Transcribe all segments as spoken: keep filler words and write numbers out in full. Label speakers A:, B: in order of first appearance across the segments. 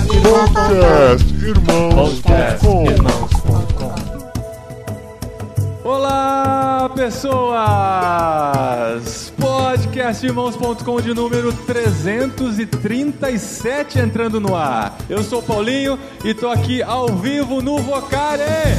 A: podcast irmãos ponto com. Olá, pessoas! podcast irmãos ponto com de número trezentos e trinta e sete entrando no ar. Eu sou o Paulinho e tô aqui ao vivo no Vocare.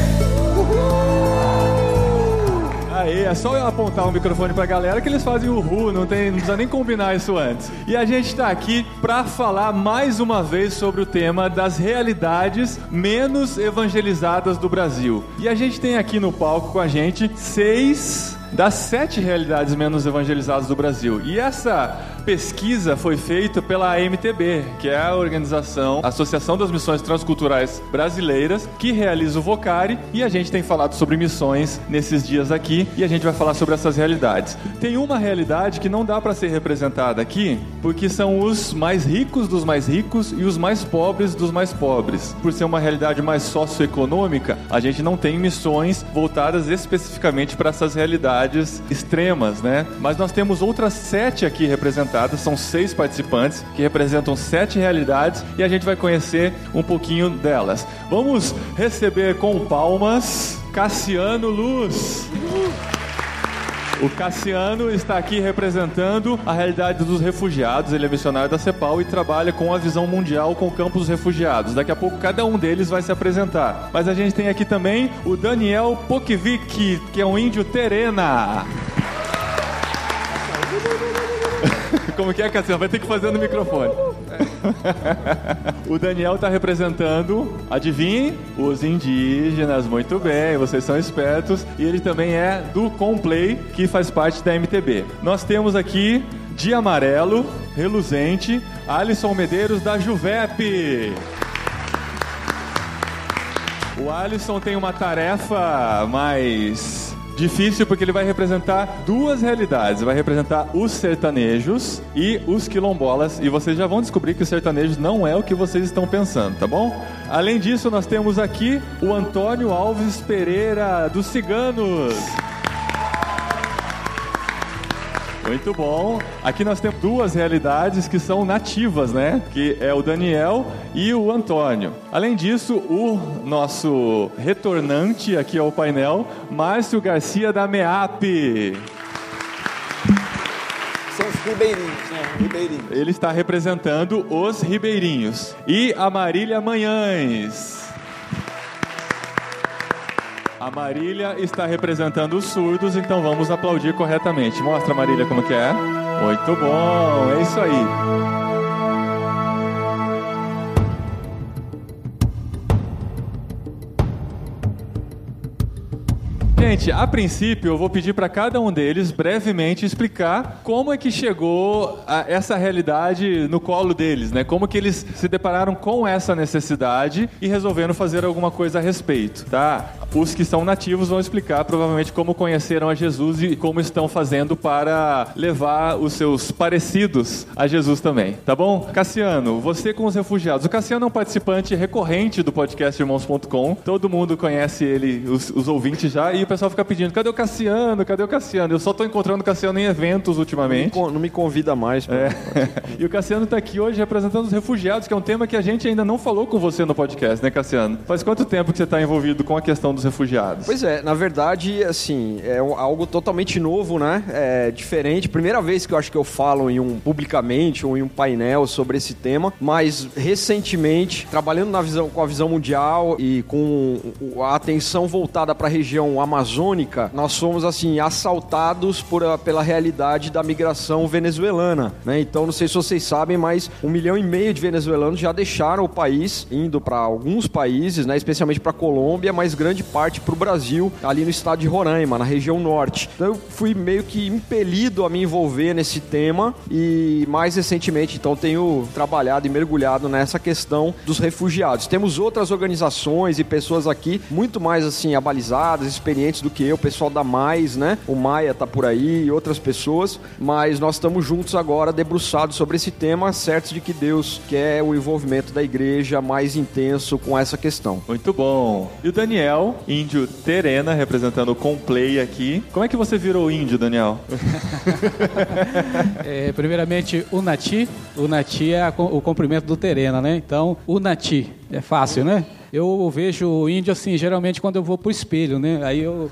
A: Aí, é só eu apontar o microfone pra galera que eles fazem o ru, não, tem, não precisa nem combinar isso antes. E a gente tá aqui pra falar mais uma vez sobre o tema das realidades menos evangelizadas do Brasil. E a gente tem aqui no palco com a gente seis das sete realidades menos evangelizadas do Brasil. E essa pesquisa foi feita pela A M T B, que é a organização, a Associação das Missões Transculturais Brasileiras, que realiza o Vocare, e a gente tem falado sobre missões nesses dias aqui, e a gente vai falar sobre essas realidades. Tem uma realidade que não dá para ser representada aqui, porque são os mais ricos dos mais ricos e os mais pobres dos mais pobres. Por ser uma realidade mais socioeconômica, a gente não tem missões voltadas especificamente para essas realidades extremas, né? Mas nós temos outras sete aqui representadas. São seis participantes que representam sete realidades e a gente vai conhecer um pouquinho delas. Vamos receber com palmas Cassiano Luz. O Cassiano está aqui representando a realidade dos refugiados. Ele é missionário da CEPAL e trabalha com a visão mundial com o campo dos refugiados. Daqui a pouco cada um deles vai se apresentar. Mas a gente tem aqui também o Daniel Pokvic, que é um índio terena. Como que é, Cassiano? Vai ter que fazer no microfone. O Daniel está representando, adivinhem, os indígenas. Muito bem, vocês são espertos. E ele também é do Complay, que faz parte da M T B. Nós temos aqui, de amarelo, reluzente, Alisson Medeiros, da Juvep. O Alisson tem uma tarefa mais difícil, porque ele vai representar duas realidades. Vai representar os sertanejos e os quilombolas. E vocês já vão descobrir que os sertanejos não é o que vocês estão pensando, tá bom? Além disso, nós temos aqui o Antônio Alves Pereira, dos Ciganos. Muito bom. Aqui nós temos duas realidades que são nativas, né? Que é o Daniel e o Antônio. Além disso, o nosso retornante aqui ao painel, Márcio Garcia, da MEAP.
B: São os ribeirinhos, né? Ribeirinhos.
A: Ele está representando os ribeirinhos. E a Marília Manhães. A Marília está representando os surdos, então vamos aplaudir corretamente. Mostra, Marília, como que é. Muito bom, é isso aí. Gente, a princípio eu vou pedir para cada um deles brevemente explicar como é que chegou a essa realidade no colo deles, né? Como que eles se depararam com essa necessidade e resolveram fazer alguma coisa a respeito, tá? Os que são nativos vão explicar provavelmente como conheceram a Jesus e como estão fazendo para levar os seus parecidos a Jesus também, tá bom? Cassiano, você com os refugiados. O Cassiano é um participante recorrente do podcast irmãos ponto com. Todo mundo conhece ele, os, os ouvintes já, e o pessoal fica pedindo, cadê o Cassiano? Cadê o Cassiano? Eu só tô encontrando o Cassiano em eventos ultimamente.
B: Não me, não me convida mais.
A: É. E o Cassiano tá aqui hoje representando os refugiados, que é um tema que a gente ainda não falou com você no podcast, né, Cassiano? Faz quanto tempo que você tá envolvido com a questão dos refugiados?
B: Pois é, na verdade, assim, é algo totalmente novo, né? É diferente. Primeira vez que eu acho que eu falo em um, publicamente ou em um painel sobre esse tema, mas recentemente, trabalhando na visão, com a visão mundial e com a atenção voltada para a região amazônica, nós fomos, assim, assaltados por, pela realidade da migração venezuelana, né? Então, não sei se vocês sabem, mas um milhão e meio de venezuelanos já deixaram o país, indo para alguns países, né? Especialmente para a Colômbia, mas grande parte para o Brasil, ali no estado de Roraima, na região norte. Então, eu fui meio que impelido a me envolver nesse tema e, mais recentemente, então, tenho trabalhado e mergulhado nessa questão dos refugiados. Temos outras organizações e pessoas aqui muito mais, assim, abalizadas, experientes diferentes do que eu, o pessoal da Mais, né? O Maia tá por aí e outras pessoas, mas nós estamos juntos agora, debruçados sobre esse tema, certos de que Deus quer o envolvimento da igreja mais intenso com essa questão.
A: Muito bom. E o Daniel, índio Terena, representando o Complay aqui. Como é que você virou índio, Daniel?
C: É, primeiramente, o Nati. O Nati é o comprimento do Terena, né? Então, o Nati. É fácil, né? Eu vejo o índio assim, geralmente quando eu vou pro espelho, né? Aí eu,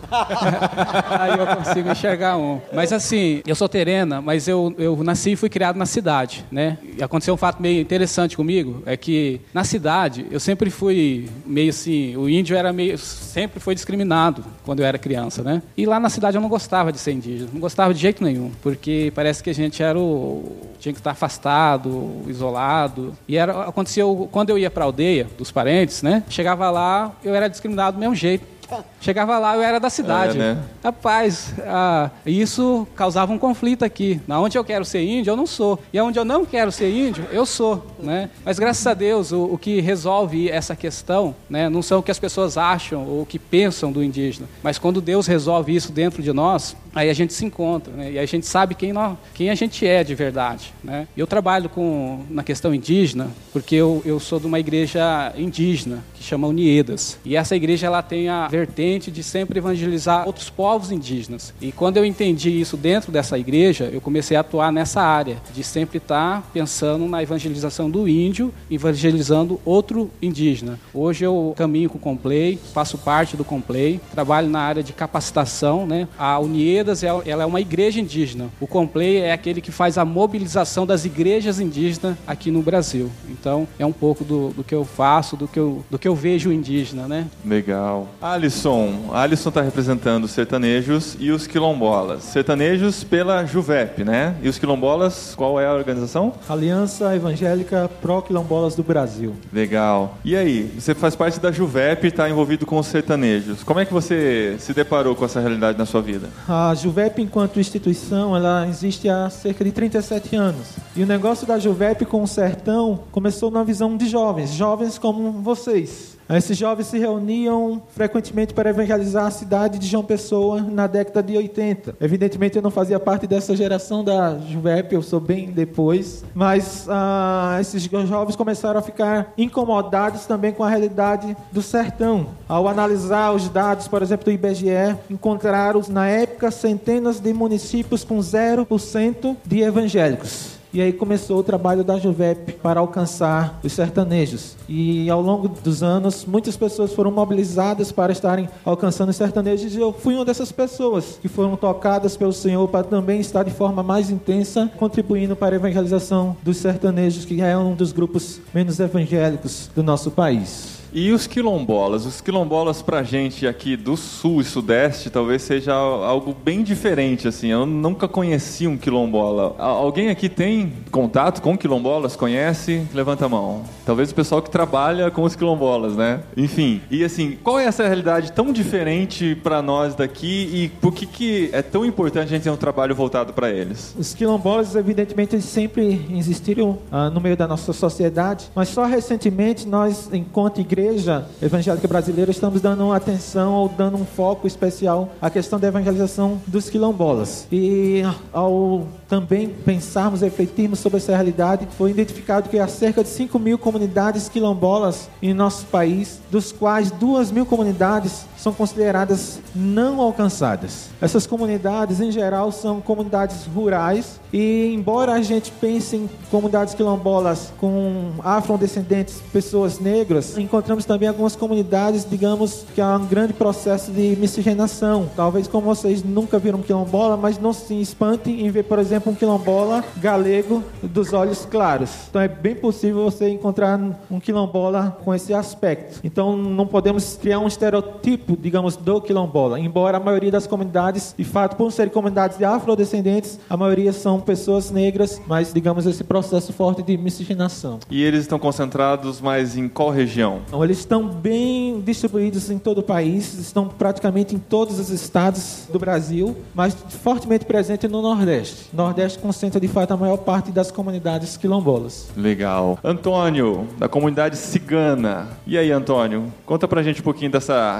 C: aí eu consigo enxergar um. Mas assim, eu sou terena, mas eu, eu nasci e fui criado na cidade, né? E aconteceu um fato meio interessante comigo, é que na cidade eu sempre fui meio assim, o índio era meio, sempre foi discriminado quando eu era criança, né? E lá na cidade eu não gostava de ser indígena, não gostava de jeito nenhum, porque parece que a gente era o... tinha que estar afastado, isolado. E era, aconteceu, quando eu ia pra aldeia dos parentes, né? Chegava lá, eu era discriminado do mesmo jeito. Chegava lá, eu era da cidade. É, né? Rapaz, ah, isso causava um conflito aqui. Na onde eu quero ser índio, eu não sou. E onde eu não quero ser índio, eu sou. Né? Mas graças a Deus, o, o que resolve essa questão, né, não são o que as pessoas acham ou o que pensam do indígena. Mas quando Deus resolve isso dentro de nós, aí a gente se encontra. Né? E aí a gente sabe quem, nós, quem a gente é de verdade. Né? Eu trabalho com, na questão indígena, porque eu, eu sou de uma igreja indígena, que chama Uniedas. E essa igreja ela tem a vertente de sempre evangelizar outros povos indígenas. E quando eu entendi isso dentro dessa igreja, eu comecei a atuar nessa área, de sempre estar pensando na evangelização do índio, evangelizando outro indígena. Hoje eu caminho com o Complay, faço parte do Complay, trabalho na área de capacitação, né? A Uniedas ela é uma igreja indígena. O Complay é aquele que faz a mobilização das igrejas indígenas aqui no Brasil. Então, é um pouco do, do que eu faço, do que eu, do que eu vejo indígena, né?
A: Legal. Alisson, Alisson está representando os sertanejos e os quilombolas. Sertanejos pela Juvep, né? E os quilombolas, qual é a organização?
D: Aliança Evangélica Pró Quilombolas do Brasil.
A: Legal. E aí, você faz parte da Juvep e está envolvido com os sertanejos. Como é que você se deparou com essa realidade na sua vida?
D: A Juvep, enquanto instituição, ela existe há cerca de trinta e sete anos. E o negócio da Juvep com o sertão começou na visão de jovens, jovens como vocês. Esses jovens se reuniam frequentemente para evangelizar a cidade de João Pessoa na década de oitenta. Evidentemente eu não fazia parte dessa geração da Juvep, eu sou bem depois, mas ah, esses jovens começaram a ficar incomodados também com a realidade do sertão. Ao analisar os dados, por exemplo, do I B G E, encontraram na época centenas de municípios com zero por cento de evangélicos. E aí começou o trabalho da Juvep para alcançar os sertanejos. E ao longo dos anos, muitas pessoas foram mobilizadas para estarem alcançando os sertanejos. E eu fui uma dessas pessoas que foram tocadas pelo Senhor para também estar de forma mais intensa, contribuindo para a evangelização dos sertanejos, que é um dos grupos menos evangélicos do nosso país.
A: E os quilombolas? Os quilombolas pra gente aqui do sul e sudeste talvez seja algo bem diferente, assim. Eu nunca conheci um quilombola. Alguém aqui tem contato com quilombolas? Conhece? Levanta a mão. Talvez o pessoal que trabalha com os quilombolas, né? Enfim. E assim, qual é essa realidade tão diferente pra nós daqui e por que que é tão importante a gente ter um trabalho voltado pra eles?
D: Os quilombolas, evidentemente, eles sempre existiram ah, no meio da nossa sociedade, mas só recentemente nós, enquanto igreja, Igreja Evangélica Brasileira, estamos dando uma atenção ou dando um foco especial à questão da evangelização dos quilombolas. E ao também pensarmos, refletirmos sobre essa realidade, foi identificado que há cerca de cinco mil comunidades quilombolas em nosso país, dos quais duas mil comunidades são consideradas não alcançadas. Essas comunidades, em geral, são comunidades rurais e, embora a gente pense em comunidades quilombolas com afrodescendentes, pessoas negras, encontramos também algumas comunidades, digamos, que há um grande processo de miscigenação. Talvez como vocês nunca viram um quilombola, mas não se espantem em ver, por exemplo, um quilombola galego dos olhos claros. Então é bem possível você encontrar um quilombola com esse aspecto. Então não podemos criar um estereotipo, digamos, do quilombola, embora a maioria das comunidades, de fato, por serem comunidades de afrodescendentes, a maioria são pessoas negras, mas, digamos, esse processo forte de miscigenação.
A: E eles estão concentrados mais em qual região?
D: Então, eles estão bem distribuídos em todo o país, estão praticamente em todos os estados do Brasil, mas fortemente presentes no Nordeste. O Nordeste concentra, de fato, a maior parte das comunidades quilombolas.
A: Legal. Antônio, da comunidade cigana. E aí, Antônio, conta pra gente um pouquinho dessa realidade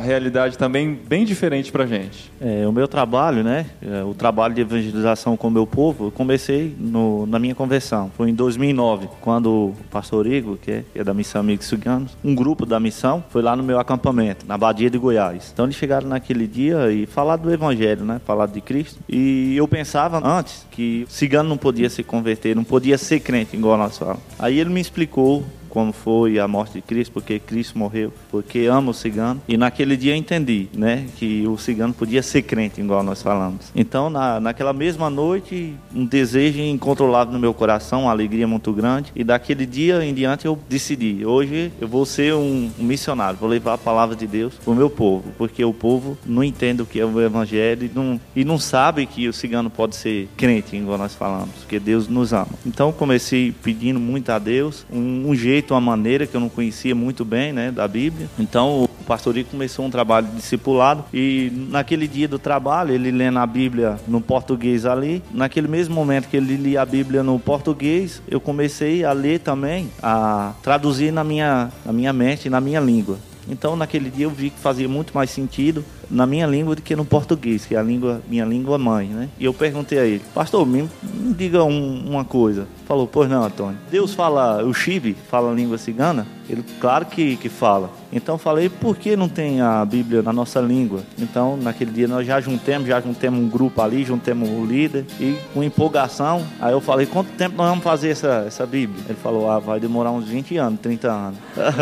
A: realidade também bem diferente pra gente.
E: É, o meu trabalho, né, é, o trabalho de evangelização com o meu povo, eu comecei no, na minha conversão. Foi em dois mil e nove, quando o pastor Igor, que é, que é da Missão Amigos Ciganos, um grupo da missão, foi lá no meu acampamento, na Badia de Goiás. Então eles chegaram naquele dia e falaram do evangelho, né, falaram de Cristo. E eu pensava antes que cigano não podia se converter, não podia ser crente, igual nós falamos. Aí ele me explicou como foi a morte de Cristo, porque Cristo morreu, porque ama o cigano. E naquele dia eu entendi, né, que o cigano podia ser crente, igual nós falamos. Então, na, naquela mesma noite, um desejo incontrolável no meu coração, uma alegria muito grande. E daquele dia em diante eu decidi, hoje eu vou ser um, um missionário, vou levar a palavra de Deus para o meu povo, porque o povo não entende o que é o evangelho e não, e não sabe que o cigano pode ser crente, igual nós falamos, porque Deus nos ama. Então, comecei pedindo muito a Deus, um, um jeito, uma maneira que eu não conhecia muito bem, né, da Bíblia. Então o pastor Rico começou um trabalho de discipulado e naquele dia do trabalho, ele lendo a Bíblia no português ali, naquele mesmo momento que ele lia a Bíblia no português, eu comecei a ler também, a traduzir na minha, na minha mente, na minha língua. Então naquele dia eu vi que fazia muito mais sentido na minha língua do que no português, que é a língua, minha língua mãe, né? E eu perguntei a ele, pastor, me, me diga um, uma coisa. Falou, pois não, Antônio. Deus fala, o Chibi fala a língua cigana? Ele, claro que, que fala. Então falei, por que não tem a Bíblia na nossa língua? Então naquele dia nós já juntemos, já juntemos um grupo ali, juntemos o líder e com empolgação, aí eu falei, quanto tempo nós vamos fazer essa, essa Bíblia? Ele falou, ah, vai demorar uns vinte anos, trinta anos.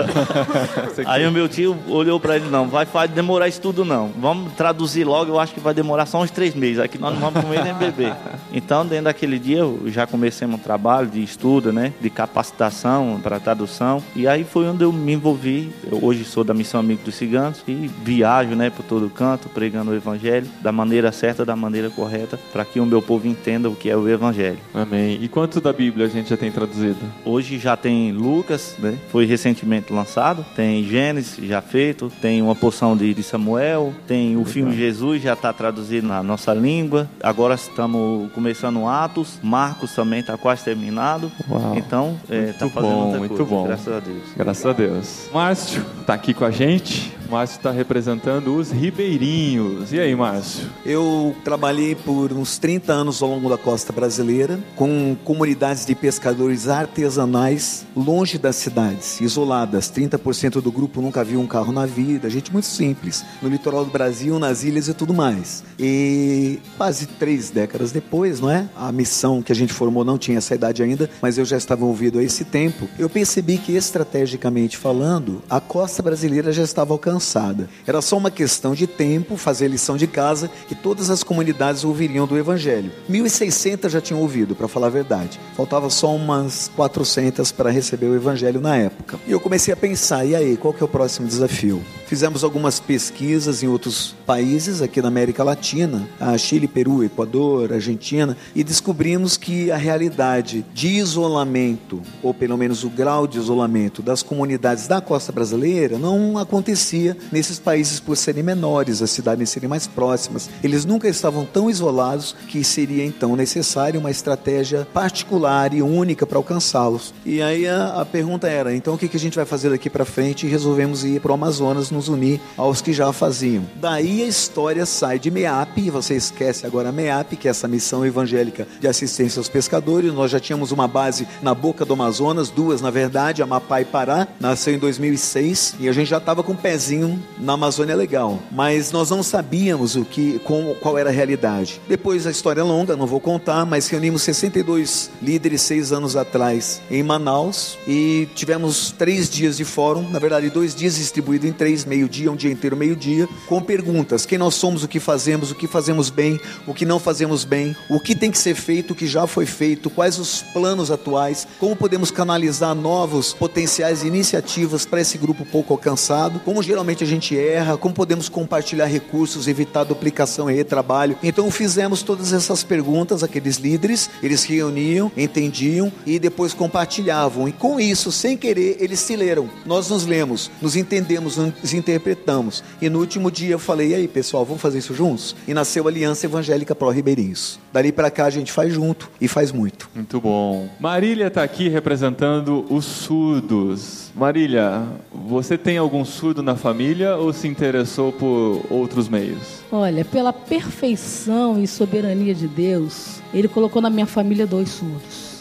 E: Aí o meu tio olhou para ele, não, vai, vai demorar isso tudo não. Vamos traduzir logo, eu acho que vai demorar só uns três meses, aqui nós não vamos comer nem beber. Então dentro daquele dia eu já comecei um trabalho de estudo, né, de capacitação para tradução, e aí foi onde eu me envolvi. Eu hoje sou da Missão Amigos dos Ciganos e viajo, né, por todo canto pregando o evangelho da maneira certa, da maneira correta, para que o meu povo entenda o que é o evangelho.
A: Amém. E quanto da Bíblia a gente já tem traduzido?
E: Hoje já tem Lucas, né, foi recentemente lançado, tem Gênesis já feito, tem uma porção de, de Samuel, tem o Legal. Filme Jesus, já está traduzido na nossa língua. Agora estamos começando Atos, Marcos também está quase terminado.
A: Uau.
E: Então está é, fazendo
A: bom,
E: muita
A: muito
E: coisa,
A: bom.
E: graças a Deus.
A: Graças a Deus. Márcio está aqui com a gente. Márcio está representando os ribeirinhos. E aí, Márcio?
F: Eu trabalhei por uns trinta anos ao longo da costa brasileira, com comunidades de pescadores artesanais, longe das cidades, isoladas. trinta por cento do grupo nunca viu um carro na vida, gente muito simples, no litoral do Brasil, nas ilhas e tudo mais. E quase três décadas depois, não é? A missão que a gente formou não tinha essa idade ainda, mas eu já estava envolvido a esse tempo. Eu percebi que, estrategicamente falando, a costa brasileira já estava alcançada. Era só uma questão de tempo, fazer a lição de casa, que todas as comunidades ouviriam do Evangelho. mil e seiscentas já tinham ouvido, para falar a verdade. Faltava só umas quatrocentas para receber o Evangelho na época. E eu comecei a pensar, e aí, qual que é o próximo desafio? Fizemos algumas pesquisas em outros países aqui na América Latina, a Chile, Peru, Equador, Argentina, e descobrimos que a realidade de isolamento, ou pelo menos o grau de isolamento das comunidades da costa brasileira, não acontecia nesses países por serem menores, as cidades serem mais próximas. Eles nunca estavam tão isolados que seria então necessário uma estratégia particular e única para alcançá-los. E aí a, a pergunta era, então o que, que a gente vai fazer daqui para frente? E resolvemos ir para o Amazonas, nos unir aos que já faziam. Daí a história sai de MEAP, você esquece agora a MEAP, que é essa missão evangélica de assistência aos pescadores. Nós já tínhamos uma base na boca do Amazonas, duas na verdade, Amapá e Pará, nasceu em dois mil e seis, e a gente já estava com um pezinho na Amazônia legal, mas nós não sabíamos o que, com, qual era a realidade. Depois a história é longa, não vou contar, mas reunimos sessenta e dois líderes seis anos atrás em Manaus e tivemos três dias de fórum, na verdade dois dias distribuídos em três, meio-dia, um dia inteiro, meio-dia, com perguntas, quem nós somos, o que fazemos, o que fazemos bem, o que não fazemos bem, o que tem que ser feito, o que já foi feito, quais os planos atuais, como podemos canalizar novos potenciais iniciativas para esse grupo pouco alcançado, como geralmente a gente erra, como podemos compartilhar recursos, evitar duplicação e retrabalho. Então fizemos todas essas perguntas àqueles líderes, eles reuniam, entendiam e depois compartilhavam, e com isso, sem querer, eles se leram. Nós nos lemos, nos entendemos, nos interpretamos. E no último dia eu falei, e aí pessoal, vamos fazer isso juntos? E nasceu a Aliança Evangélica Pró Ribeirinhos. Dali para cá a gente faz junto e faz muito.
A: Muito bom. Marília está aqui representando os surdos. Marília, você tem algum surdo na família ou se interessou por outros meios?
G: Olha, pela perfeição e soberania de Deus, Ele colocou na minha família dois surdos.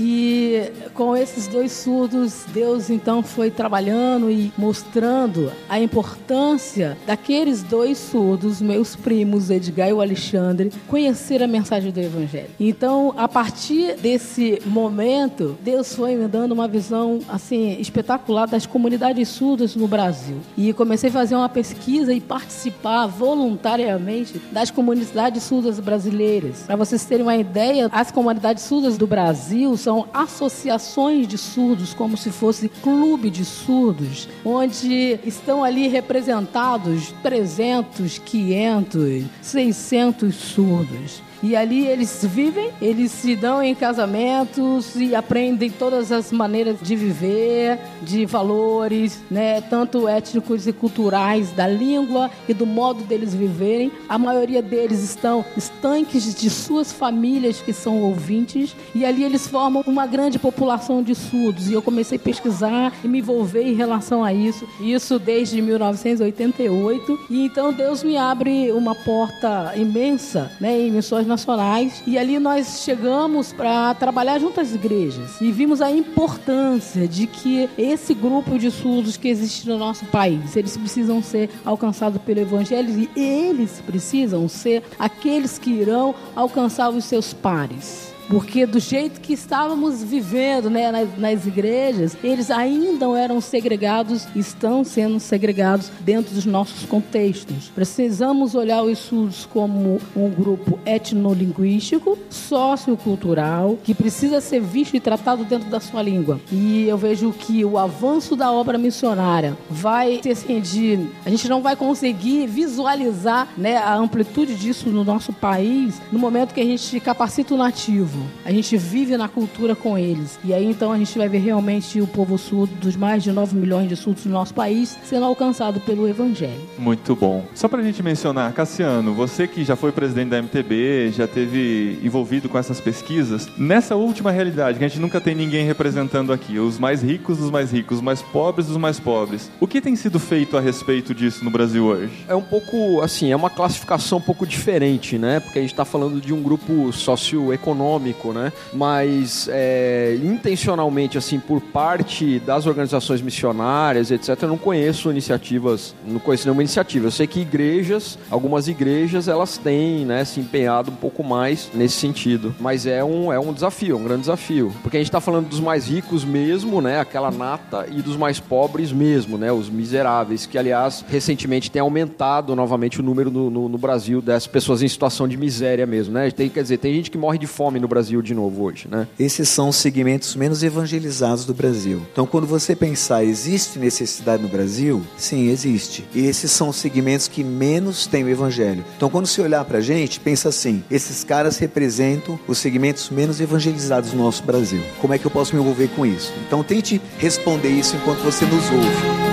G: E com esses dois surdos, Deus então foi trabalhando e mostrando a importância daqueles dois surdos, meus primos, Edgar e o Alexandre, conhecer a mensagem do Evangelho. Então, a partir desse momento, Deus foi me dando uma visão assim espetacular das comunidades surdas no Brasil. E comecei a fazer uma pesquisa e participar voluntariamente das comunidades surdas brasileiras. Para vocês terem uma ideia, as comunidades surdas do Brasil são associações de surdos, como se fosse clube de surdos, onde estão ali representados trezentos, quinhentos, seiscentos surdos. E ali eles vivem, eles se dão em casamentos e aprendem todas as maneiras de viver, de valores, né, tanto étnicos e culturais, da língua e do modo deles viverem. A maioria deles estão estanques de suas famílias que são ouvintes, e ali eles formam uma grande população de surdos. E eu comecei a pesquisar e me envolver em relação a isso, isso desde mil novecentos e oitenta e oito. E então Deus me abre uma porta imensa, né, em missões nacionais, e ali nós chegamos para trabalhar junto às igrejas e vimos a importância de que esse grupo de surdos que existe no nosso país, eles precisam ser alcançados pelo Evangelho e eles precisam ser aqueles que irão alcançar os seus pares. Porque do jeito que estávamos vivendo, né, nas, nas igrejas, eles ainda eram segregados, estão sendo segregados dentro dos nossos contextos. Precisamos olhar os surdos como um grupo etnolinguístico, sociocultural, que precisa ser visto e tratado dentro da sua língua. E eu vejo que o avanço da obra missionária vai ser assim, de, a gente não vai conseguir visualizar, né, a amplitude disso no nosso país no momento que a gente capacita o nativo. A gente vive na cultura com eles. E aí então a gente vai ver realmente o povo surdo, dos mais de nove milhões de surdos no nosso país, sendo alcançado pelo Evangelho.
A: Muito bom. Só pra gente mencionar, Cassiano, você que já foi presidente da M T B, já teve envolvido com essas pesquisas, nessa última realidade, que a gente nunca tem ninguém representando aqui, os mais ricos dos mais ricos, os mais pobres dos mais pobres, o que tem sido feito a respeito disso no Brasil hoje?
B: É um pouco, assim, é uma classificação um pouco diferente, né? Porque a gente está falando de um grupo socioeconômico, né? Mas é, intencionalmente, assim, por parte das organizações missionárias, etcétera, eu não conheço iniciativas, não conheço nenhuma iniciativa. Eu sei que igrejas, algumas igrejas, elas têm, né, se empenhado um pouco mais nesse sentido. Mas é um, é um desafio, é um grande desafio. Porque a gente está falando dos mais ricos mesmo, né, aquela nata, e dos mais pobres mesmo, né, os miseráveis, que, aliás, recentemente tem aumentado novamente o número no, no, no Brasil dessas pessoas em situação de miséria mesmo, né? Tem, quer dizer, tem gente que morre de fome no Brasil de novo hoje, né?
F: Esses são os segmentos menos evangelizados do Brasil. Então, quando você pensar, existe necessidade no Brasil? Sim, existe. E esses são os segmentos que menos têm o evangelho. Então, quando você olhar pra gente, pensa assim, esses caras representam os segmentos menos evangelizados do nosso Brasil. Como é que eu posso me envolver com isso? Então, tente responder isso enquanto você nos ouve.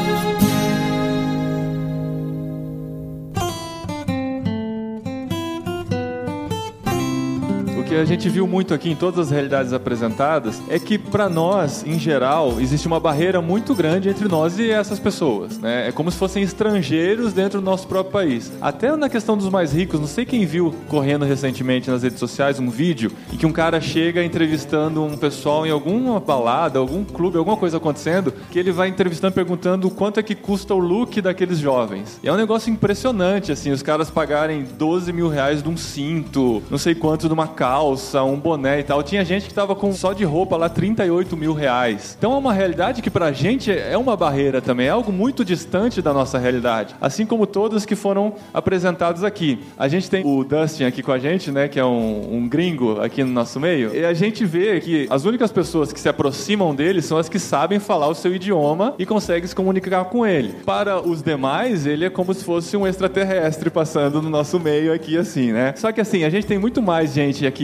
A: Que a gente viu muito aqui em todas as realidades apresentadas é que, para nós, em geral, existe uma barreira muito grande entre nós e essas pessoas, né? É como se fossem estrangeiros dentro do nosso próprio país. Até na questão dos mais ricos, não sei quem viu correndo recentemente nas redes sociais um vídeo em que um cara chega entrevistando um pessoal em alguma balada, algum clube, alguma coisa acontecendo, que ele vai entrevistando, perguntando quanto é que custa o look daqueles jovens. E é um negócio impressionante, assim, os caras pagarem doze mil reais de um cinto, não sei quanto de uma calça, um boné e tal. Tinha gente que tava com só de roupa lá trinta e oito mil reais. Então é uma realidade que pra gente é uma barreira também, é algo muito distante da nossa realidade. Assim como todos que foram apresentados aqui. A gente tem o Dustin aqui com a gente, né, que é um, um gringo aqui no nosso meio, e a gente vê que as únicas pessoas que se aproximam dele são as que sabem falar o seu idioma e conseguem se comunicar com ele. Para os demais, ele é como se fosse um extraterrestre passando no nosso meio aqui, assim, né? Só que assim, a gente tem muito mais gente aqui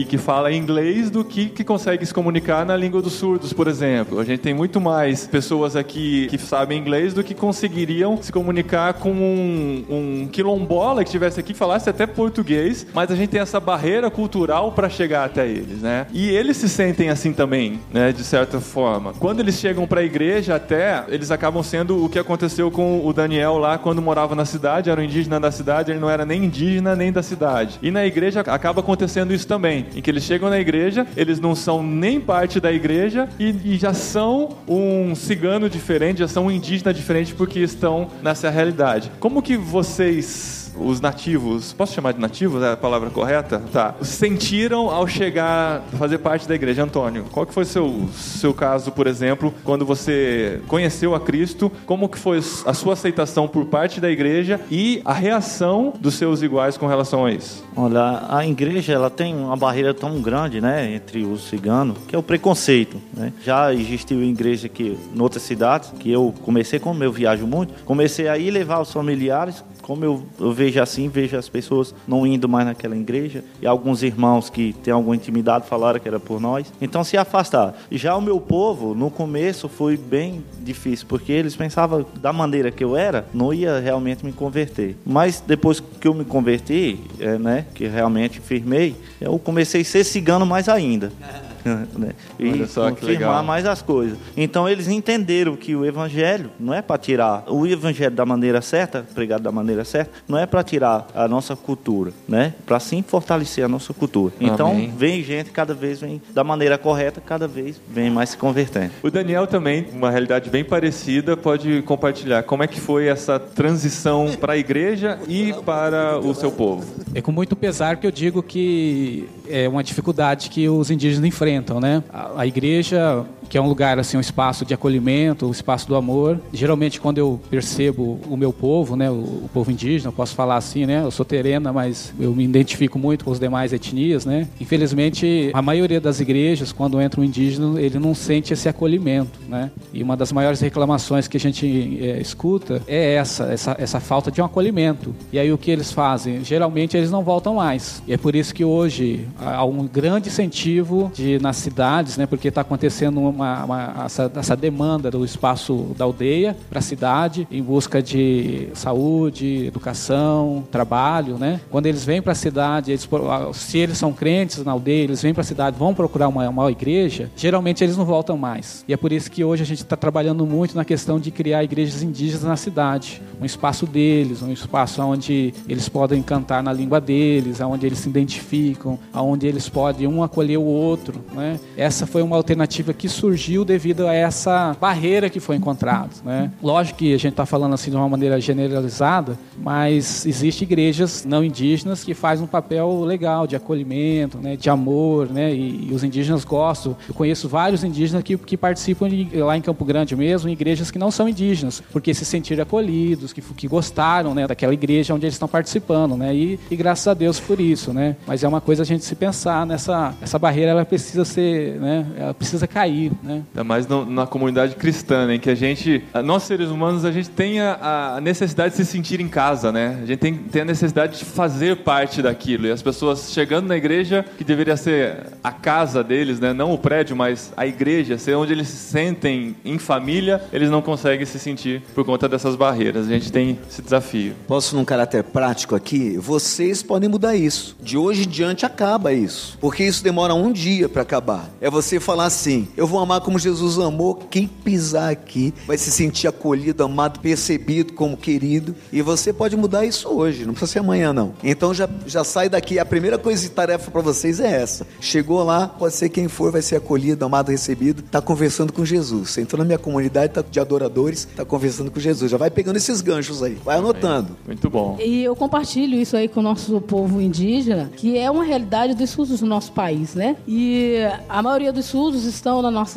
A: que fala inglês do que que consegue se comunicar na língua dos surdos, por exemplo. A gente tem muito mais pessoas aqui que sabem inglês do que conseguiriam se comunicar com um, um quilombola que estivesse aqui, que falasse até português, mas a gente tem essa barreira cultural para chegar até eles, né? E eles se sentem assim também, né? De certa forma. Quando eles chegam para a igreja, até, eles acabam sendo o que aconteceu com o Daniel lá, quando morava na cidade, era um indígena da cidade, ele não era nem indígena nem da cidade. E na igreja acaba acontecendo isso também, em que eles chegam na igreja, eles não são nem parte da igreja e, e já são um cigano diferente, já são um indígena diferente porque estão nessa realidade. Como que vocês, os nativos, posso chamar de nativos, é a palavra correta? Tá. Sentiram ao chegar, fazer parte da igreja? Antônio, qual que foi o seu, seu caso, por exemplo, quando você conheceu a Cristo? Como que foi a sua aceitação por parte da igreja e a reação dos seus iguais com relação a isso?
E: Olha, a igreja, ela tem uma barreira tão grande, né, entre os ciganos, que é o preconceito, né? Já existiu igreja aqui em outras cidades, que eu comecei, como eu viajo muito, comecei a ir levar os familiares. Como eu, eu vejo assim, vejo as pessoas não indo mais naquela igreja, e alguns irmãos que têm alguma intimidade falaram que era por nós, então se afastaram. Já o meu povo, no começo, foi bem difícil, porque eles pensavam da maneira que eu era, não ia realmente me converter. Mas depois que eu me converti, é, né, que realmente firmei, eu comecei a ser cigano mais ainda. Né? E
A: olha só,
E: confirmar mais as coisas. Então eles entenderam que o evangelho não é para tirar o evangelho da maneira certa, pregado da maneira certa, não é para tirar a nossa cultura, né? Para sim fortalecer a nossa cultura. Então amém. Vem gente, cada vez vem da maneira correta, cada vez vem mais se convertendo.
A: O Daniel também, uma realidade bem parecida, pode compartilhar como é que foi essa transição para a igreja e para o seu povo.
C: É com muito pesar que eu digo que é uma dificuldade que os indígenas enfrentam, né? A, a igreja, que é um lugar, assim, um espaço de acolhimento, um espaço do amor. Geralmente, quando eu percebo o meu povo, né, o, o povo indígena, eu posso falar assim, né? Eu sou terena, mas eu me identifico muito com as demais etnias, né? Infelizmente, a maioria das igrejas, quando entra um indígena, ele não sente esse acolhimento, né? E uma das maiores reclamações que a gente é, escuta é essa, essa, essa falta de um acolhimento. E aí o que eles fazem? Geralmente, eles não voltam mais. E é por isso que hoje há um grande incentivo de, nas cidades, né? Porque está acontecendo uma, uma, essa, essa demanda do espaço da aldeia para a cidade, em busca de saúde, educação, trabalho, né? Quando eles vêm para a cidade, eles, se eles são crentes na aldeia, eles vêm para a cidade, vão procurar uma, uma igreja, geralmente eles não voltam mais. E é por isso que hoje a gente está trabalhando muito na questão de criar igrejas indígenas na cidade, um espaço deles, um espaço onde eles podem cantar na língua deles, onde eles se identificam, onde eles podem um acolher o outro, né? Essa foi uma alternativa que surgiu devido a essa barreira que foi encontrada, né? Lógico que a gente está falando assim de uma maneira generalizada, mas existem igrejas não indígenas que fazem um papel legal de acolhimento, né? De amor, né? E, e os indígenas gostam. Eu conheço vários indígenas que, que participam de, lá em Campo Grande mesmo, em igrejas que não são indígenas, porque se sentiram acolhidos, que, que gostaram, né, daquela igreja onde eles estão participando, né? E, e graças a Deus por isso, né? Mas é uma coisa a gente se pensar nessa essa barreira, ela precisa ser, né? Ela precisa cair, né?
A: Ainda mais no, na comunidade cristã, né? Em que a gente, nós seres humanos, a gente tem a, a necessidade de se sentir em casa, né? A gente tem, tem a necessidade de fazer parte daquilo. E as pessoas chegando na igreja, que deveria ser a casa deles, né? Não o prédio, mas a igreja, ser onde eles se sentem em família, eles não conseguem se sentir por conta dessas barreiras. A gente tem esse desafio.
F: Posso, num caráter prático aqui? Vocês podem mudar isso. De hoje em diante acaba isso. Porque isso demora um dia para acabar. É você falar assim: eu vou amar como Jesus amou. Quem pisar aqui vai se sentir acolhido, amado, percebido como querido. E você pode mudar isso hoje, não precisa ser amanhã não. Então já, já sai daqui. A primeira coisa de tarefa para vocês é essa. Chegou lá, pode ser quem for, vai ser acolhido, amado, recebido. Está conversando com Jesus. Você entrou na minha comunidade tá, de adoradores, está conversando com Jesus. Já vai pegando esses ganchos aí, vai anotando.
A: Muito bom.
G: E eu compartilho isso aí com o nosso povo indígena, que é uma realidade dos surdos do nosso país, né? E a maioria dos surdos estão nas nossas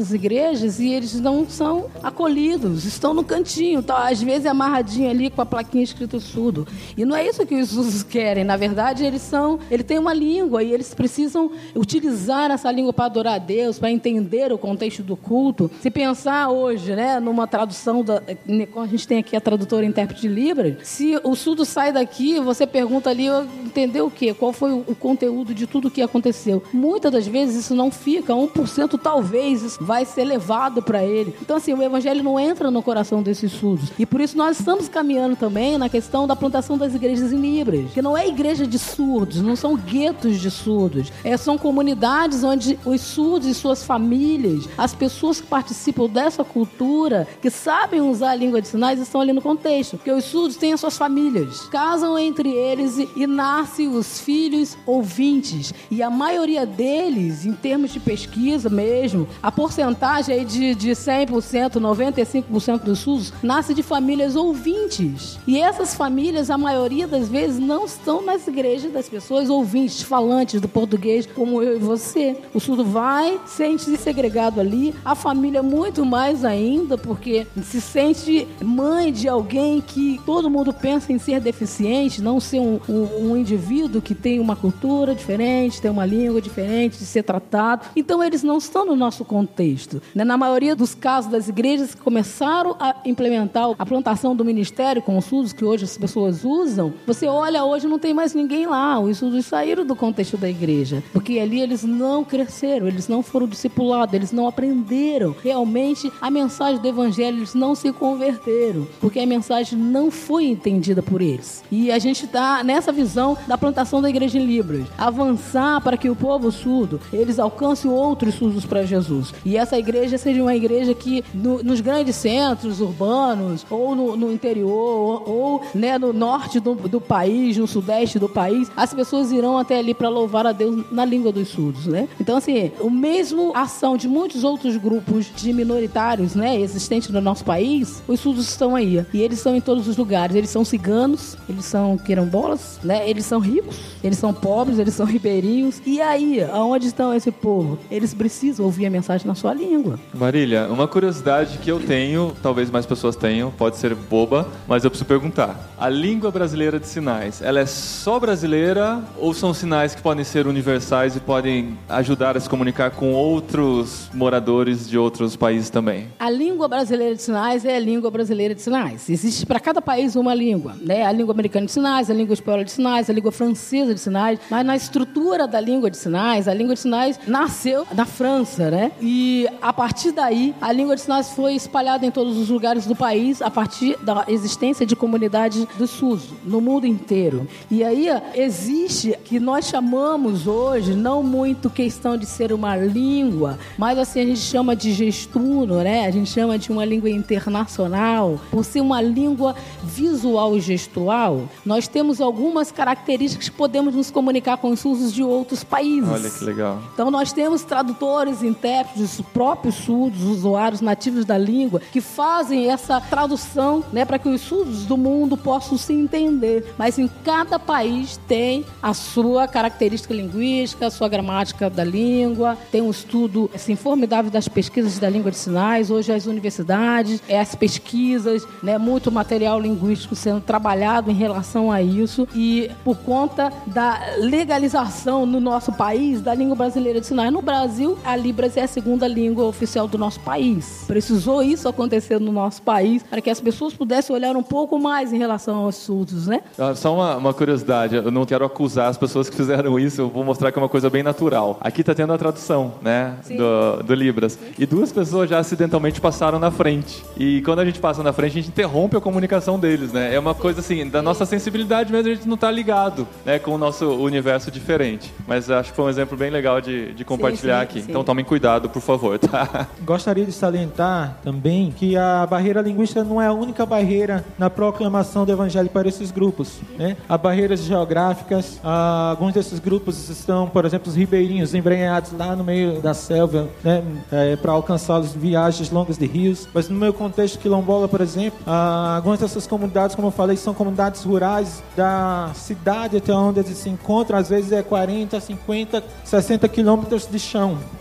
G: nossas igrejas e eles não são acolhidos, estão no cantinho, tá? Às vezes é amarradinho ali com a plaquinha escrito surdo. E não é isso que os surdos querem. Na verdade, eles são, ele tem uma língua e eles precisam utilizar essa língua para adorar a Deus, para entender o contexto do culto. Se pensar hoje, né, numa tradução, da, a gente tem aqui a tradutora e intérprete de Libras, se o surdo sai daqui, você pergunta ali, entendeu o quê? Qual foi o conteúdo de tudo o que aconteceu? Muitas das vezes isso não fica, um por cento talvez vai ser levado para ele. Então, assim, o evangelho não entra no coração desses surdos. E por isso nós estamos caminhando também na questão da plantação das igrejas em Libras, que não é igreja de surdos, não são guetos de surdos, é, são comunidades onde os surdos e suas famílias, as pessoas que participam dessa cultura, que sabem usar a língua de sinais, estão ali no contexto, porque os surdos têm as suas famílias, casam entre eles e, e nascem os filhos ouvintes, e a maioria deles, em termos de pesquisa mesmo, a porcentagem aí de, de cem por cento, noventa e cinco por cento dos surdos nasce de famílias ouvintes, e essas famílias, a maioria das vezes, não estão nas igrejas das pessoas ouvintes, falantes do português, como eu e você. O surdo vai, sente-se segregado ali, a família muito mais ainda, porque se sente mãe de alguém que todo mundo pensa em ser deficiente, não ser um, um, um indivíduo que tem uma cultura diferente, tem uma língua diferente de ser tratado. Então eles não estão no nosso contexto. Na maioria dos casos das igrejas que começaram a implementar a plantação do ministério com os surdos, que hoje as pessoas usam, você olha hoje, não tem mais ninguém lá. Os surdos saíram do contexto da igreja, porque ali eles não cresceram, eles não foram discipulados, eles não aprenderam realmente a mensagem do evangelho, eles não se converteram, porque a mensagem não foi entendida por eles. E a gente está nessa visão da plantação da igreja em Libras, avançar para que o povo surdo, eles alcancem outros surdos para Jesus. E essa igreja seja uma igreja que no, nos grandes centros urbanos, ou no, no interior, ou, ou né, no norte do, do país, no sudeste do país, as pessoas irão até ali para louvar a Deus na língua dos surdos, né? Então, assim, o mesmo ação de muitos outros grupos de minoritários, né, existentes no nosso país, os surdos estão aí. E eles estão em todos os lugares. Eles são ciganos, eles são quilombolas, né? Eles são ricos, eles são pobres, eles são ribeirinhos. E aí, aonde estão esse povo? Eles precisam ouvir a mensagem na sua língua.
A: Marília, uma curiosidade que eu tenho, talvez mais pessoas tenham, pode ser boba, mas eu preciso perguntar. A língua brasileira de sinais, ela é só brasileira ou são sinais que podem ser universais e podem ajudar a se comunicar com outros moradores de outros países também?
G: A língua brasileira de sinais é a língua brasileira de sinais. Existe para cada país uma língua, né? A língua americana de sinais, a língua espanhola de sinais, a língua francesa de sinais, mas na estrutura da língua de sinais, a língua de sinais nasceu na França, né? E a partir daí, a língua de sinais foi espalhada em todos os lugares do país a partir da existência de comunidades do surdos no mundo inteiro. E aí existe, que nós chamamos hoje, não muito questão de ser uma língua, mas assim a gente chama de gestuno, né? A gente chama de uma língua internacional, por ser uma língua visual e gestual. Nós temos algumas características que podemos nos comunicar com os surdos de outros países.
A: Olha que legal.
G: Então nós temos tradutores, intérpretes, os próprios surdos, usuários nativos da língua, que fazem essa tradução, né, para que os surdos do mundo possam se entender. Mas em cada país tem a sua característica linguística, a sua gramática da língua, tem um estudo assim, formidável das pesquisas da língua de sinais. Hoje as universidades, as pesquisas, né, muito material linguístico sendo trabalhado em relação a isso, e por conta da legalização no nosso país da língua brasileira de sinais. No Brasil, a Libras é a segunda língua oficial do nosso país. Precisou isso acontecer no nosso país para que as pessoas pudessem olhar um pouco mais em relação aos surdos, né?
A: Só uma, uma curiosidade, eu não quero acusar as pessoas que fizeram isso, eu vou mostrar que é uma coisa bem natural. Aqui está tendo a tradução, né, do, do Libras. E duas pessoas já acidentalmente passaram na frente. E quando a gente passa na frente, a gente interrompe a comunicação deles, né? É uma coisa assim, da nossa sensibilidade mesmo, a gente não está ligado, né, com o nosso universo diferente. Mas acho que foi um exemplo bem legal de, de compartilhar sim, sim, aqui. Sim. Então tomem cuidado, por favor, tá?
D: Gostaria de salientar também que a barreira linguística não é a única barreira na proclamação do evangelho para esses grupos, né? Há barreiras geográficas, há, alguns desses grupos estão, por exemplo, os ribeirinhos embrenhados lá no meio da selva, né, é, para alcançá-los viagens longas de rios. Mas no meu contexto quilombola, por exemplo, há, algumas dessas comunidades, como eu falei, são comunidades rurais da cidade até onde eles se encontram, às vezes é quarenta, cinquenta, sessenta quilômetros de chão.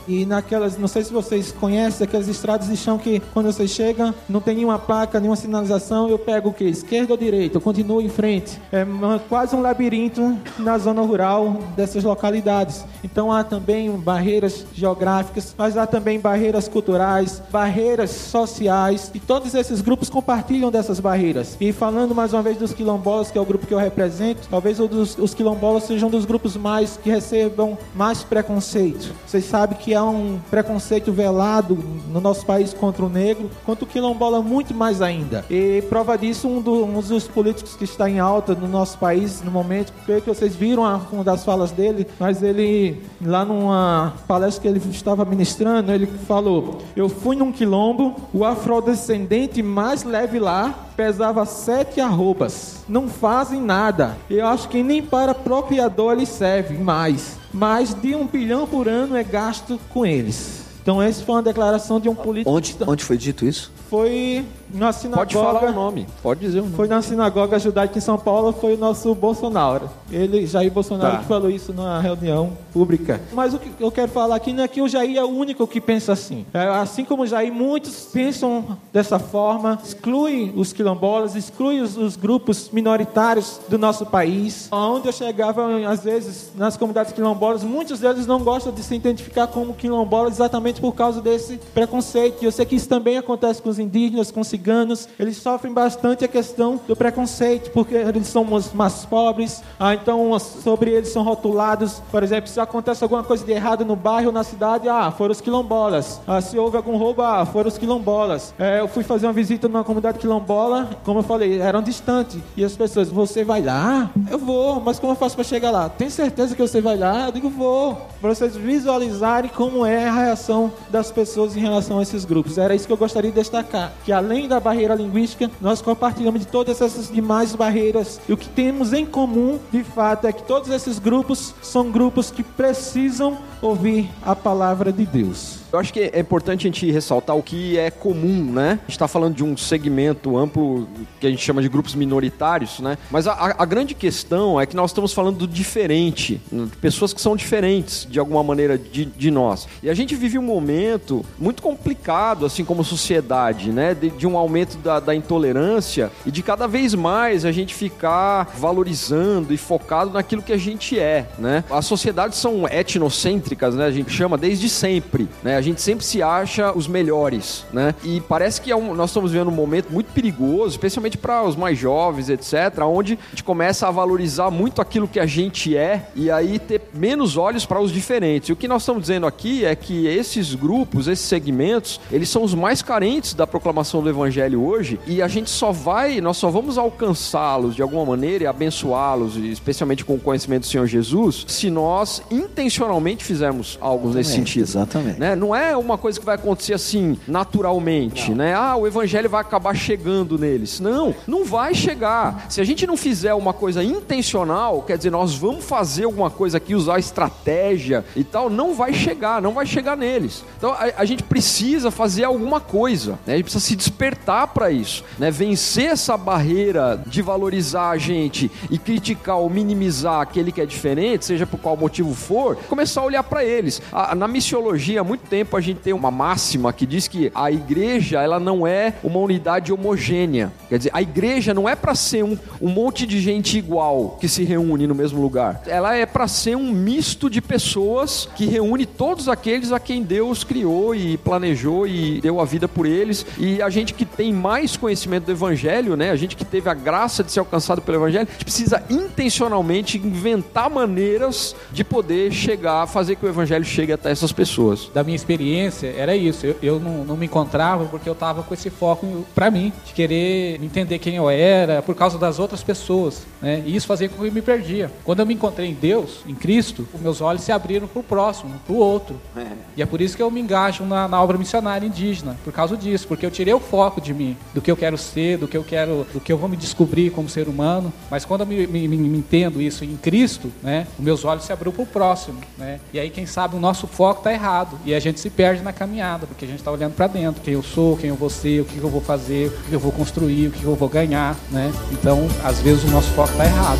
D: e naquelas, não sei se vocês conhecem, aquelas estradas de chão que quando você chega, não tem nenhuma placa, nenhuma sinalização, eu pego o quê? Esquerda ou direita? Eu continuo em frente. É uma, quase um labirinto na zona rural dessas localidades. Então há também barreiras geográficas, mas há também barreiras culturais, barreiras sociais, e todos esses grupos compartilham dessas barreiras. E falando mais uma vez dos quilombolas, que é o grupo que eu represento, talvez os, os quilombolas sejam um dos grupos mais que recebam mais preconceito. Vocês sabem que há um preconceito velado no nosso país contra o negro, contra o quilombola muito mais ainda. E prova disso, um, do, um dos políticos que está em alta no nosso país no momento, creio que vocês viram uma das falas dele, mas ele, lá numa palestra que ele estava ministrando, ele falou: eu fui num quilombo, o afrodescendente mais leve lá pesava sete arrobas. Não fazem nada. Eu acho que nem para procriador eles servem mais. Mais de um bilhão por ano é gasto com eles. Então essa foi uma declaração de um político.
F: Onde, onde foi dito isso?
D: Foi na sinagoga.
B: Pode falar o nome, pode dizer o nome.
D: Foi na sinagoga judaica em São Paulo, foi o nosso Bolsonaro. Ele, Jair Bolsonaro, tá, que falou isso numa reunião pública. Mas o que eu quero falar aqui não é que o Jair é o único que pensa assim. É, assim como o Jair, muitos pensam dessa forma, exclui os quilombolas, exclui os, os grupos minoritários do nosso país. Onde eu chegava, às vezes, nas comunidades quilombolas, muitos deles não gostam de se identificar como quilombolas exatamente por causa desse preconceito. E eu sei que isso também acontece com os indígenas, com os ciganos. Eles sofrem bastante a questão do preconceito, porque eles são os mais pobres. Ah, então, sobre eles são rotulados. Por exemplo, se acontece alguma coisa de errado no bairro ou na cidade, ah, foram os quilombolas. Ah, se houve algum roubo, ah, foram os quilombolas. É, eu fui fazer uma visita numa comunidade quilombola, como eu falei, eram distantes. E as pessoas, você vai lá? Eu vou, mas como eu faço para chegar lá? Tem certeza que você vai lá? Eu digo, vou. Para vocês visualizarem como é a reação das pessoas em relação a esses grupos. Era isso que eu gostaria de destacar. Que além da barreira linguística, nós compartilhamos de todas essas demais barreiras. E o que temos em comum, de fato, é que todos esses grupos são grupos que precisam ouvir a palavra de Deus.
B: Eu acho que é importante a gente ressaltar o que é comum, né? A gente está falando de um segmento amplo que a gente chama de grupos minoritários, né? Mas a, a grande questão é que nós estamos falando do diferente, de pessoas que são diferentes, de alguma maneira, de, de nós. E a gente vive um momento muito complicado, assim como sociedade, né? De, de um aumento da, da intolerância e de cada vez mais a gente ficar valorizando e focado naquilo que a gente é, né? As sociedades são etnocêntricas, né? A gente chama desde sempre, né? A gente sempre se acha os melhores, né? E parece que é um, nós estamos vivendo um momento muito perigoso, especialmente para os mais jovens, etcétera, onde a gente começa a valorizar muito aquilo que a gente é e aí ter menos olhos para os diferentes. E o que nós estamos dizendo aqui é que esses grupos, esses segmentos, eles são os mais carentes da proclamação do Evangelho hoje e a gente só vai, nós só vamos alcançá-los de alguma maneira e abençoá-los, especialmente com o conhecimento do Senhor Jesus, se nós intencionalmente fizermos algo
F: exatamente,
B: nesse sentido.
F: Exatamente.
B: Né? Não é uma coisa que vai acontecer assim, naturalmente, né? Ah, o evangelho vai acabar chegando neles. Não, não vai chegar. Se a gente não fizer uma coisa intencional, quer dizer, nós vamos fazer alguma coisa aqui, usar estratégia e tal, não vai chegar, não vai chegar neles. Então, a, a gente precisa fazer alguma coisa, né? A gente precisa se despertar para isso, né? Vencer essa barreira de valorizar a gente e criticar ou minimizar aquele que é diferente, seja por qual motivo for, começar a olhar para eles. A, na missiologia, há muito tempo a gente tem uma máxima que diz que a igreja, ela não é uma unidade homogênea. Quer dizer, a igreja não é para ser um, um monte de gente igual que se reúne no mesmo lugar. Ela é para ser um misto de pessoas que reúne todos aqueles a quem Deus criou e planejou e deu a vida por eles. E a gente que tem mais conhecimento do evangelho, né? A gente que teve a graça de ser alcançado pelo evangelho, a gente precisa intencionalmente inventar maneiras de poder chegar, fazer que o evangelho chegue até essas pessoas.
C: Da minha experiência, era isso. Eu, eu não, não me encontrava porque eu estava com esse foco para mim, de querer entender quem eu era por causa das outras pessoas, né? E isso fazia com que eu me perdia. Quando eu me encontrei em Deus, em Cristo, os meus olhos se abriram para o próximo, para o outro. É. E é por isso que eu me engajo na, na obra missionária indígena, por causa disso, porque eu tirei o foco de mim, do que eu quero ser, do que eu quero, do que eu vou me descobrir como ser humano. Mas quando eu me, me, me entendo isso em Cristo, né, os meus olhos se abriram para o próximo, né? E aí, quem sabe, o nosso foco está errado. E a gente se perde na caminhada, porque a gente está olhando para dentro, quem eu sou, quem eu vou ser, o que eu vou fazer, o que eu vou construir, o que eu vou ganhar, né? Então, às vezes, o nosso foco está errado.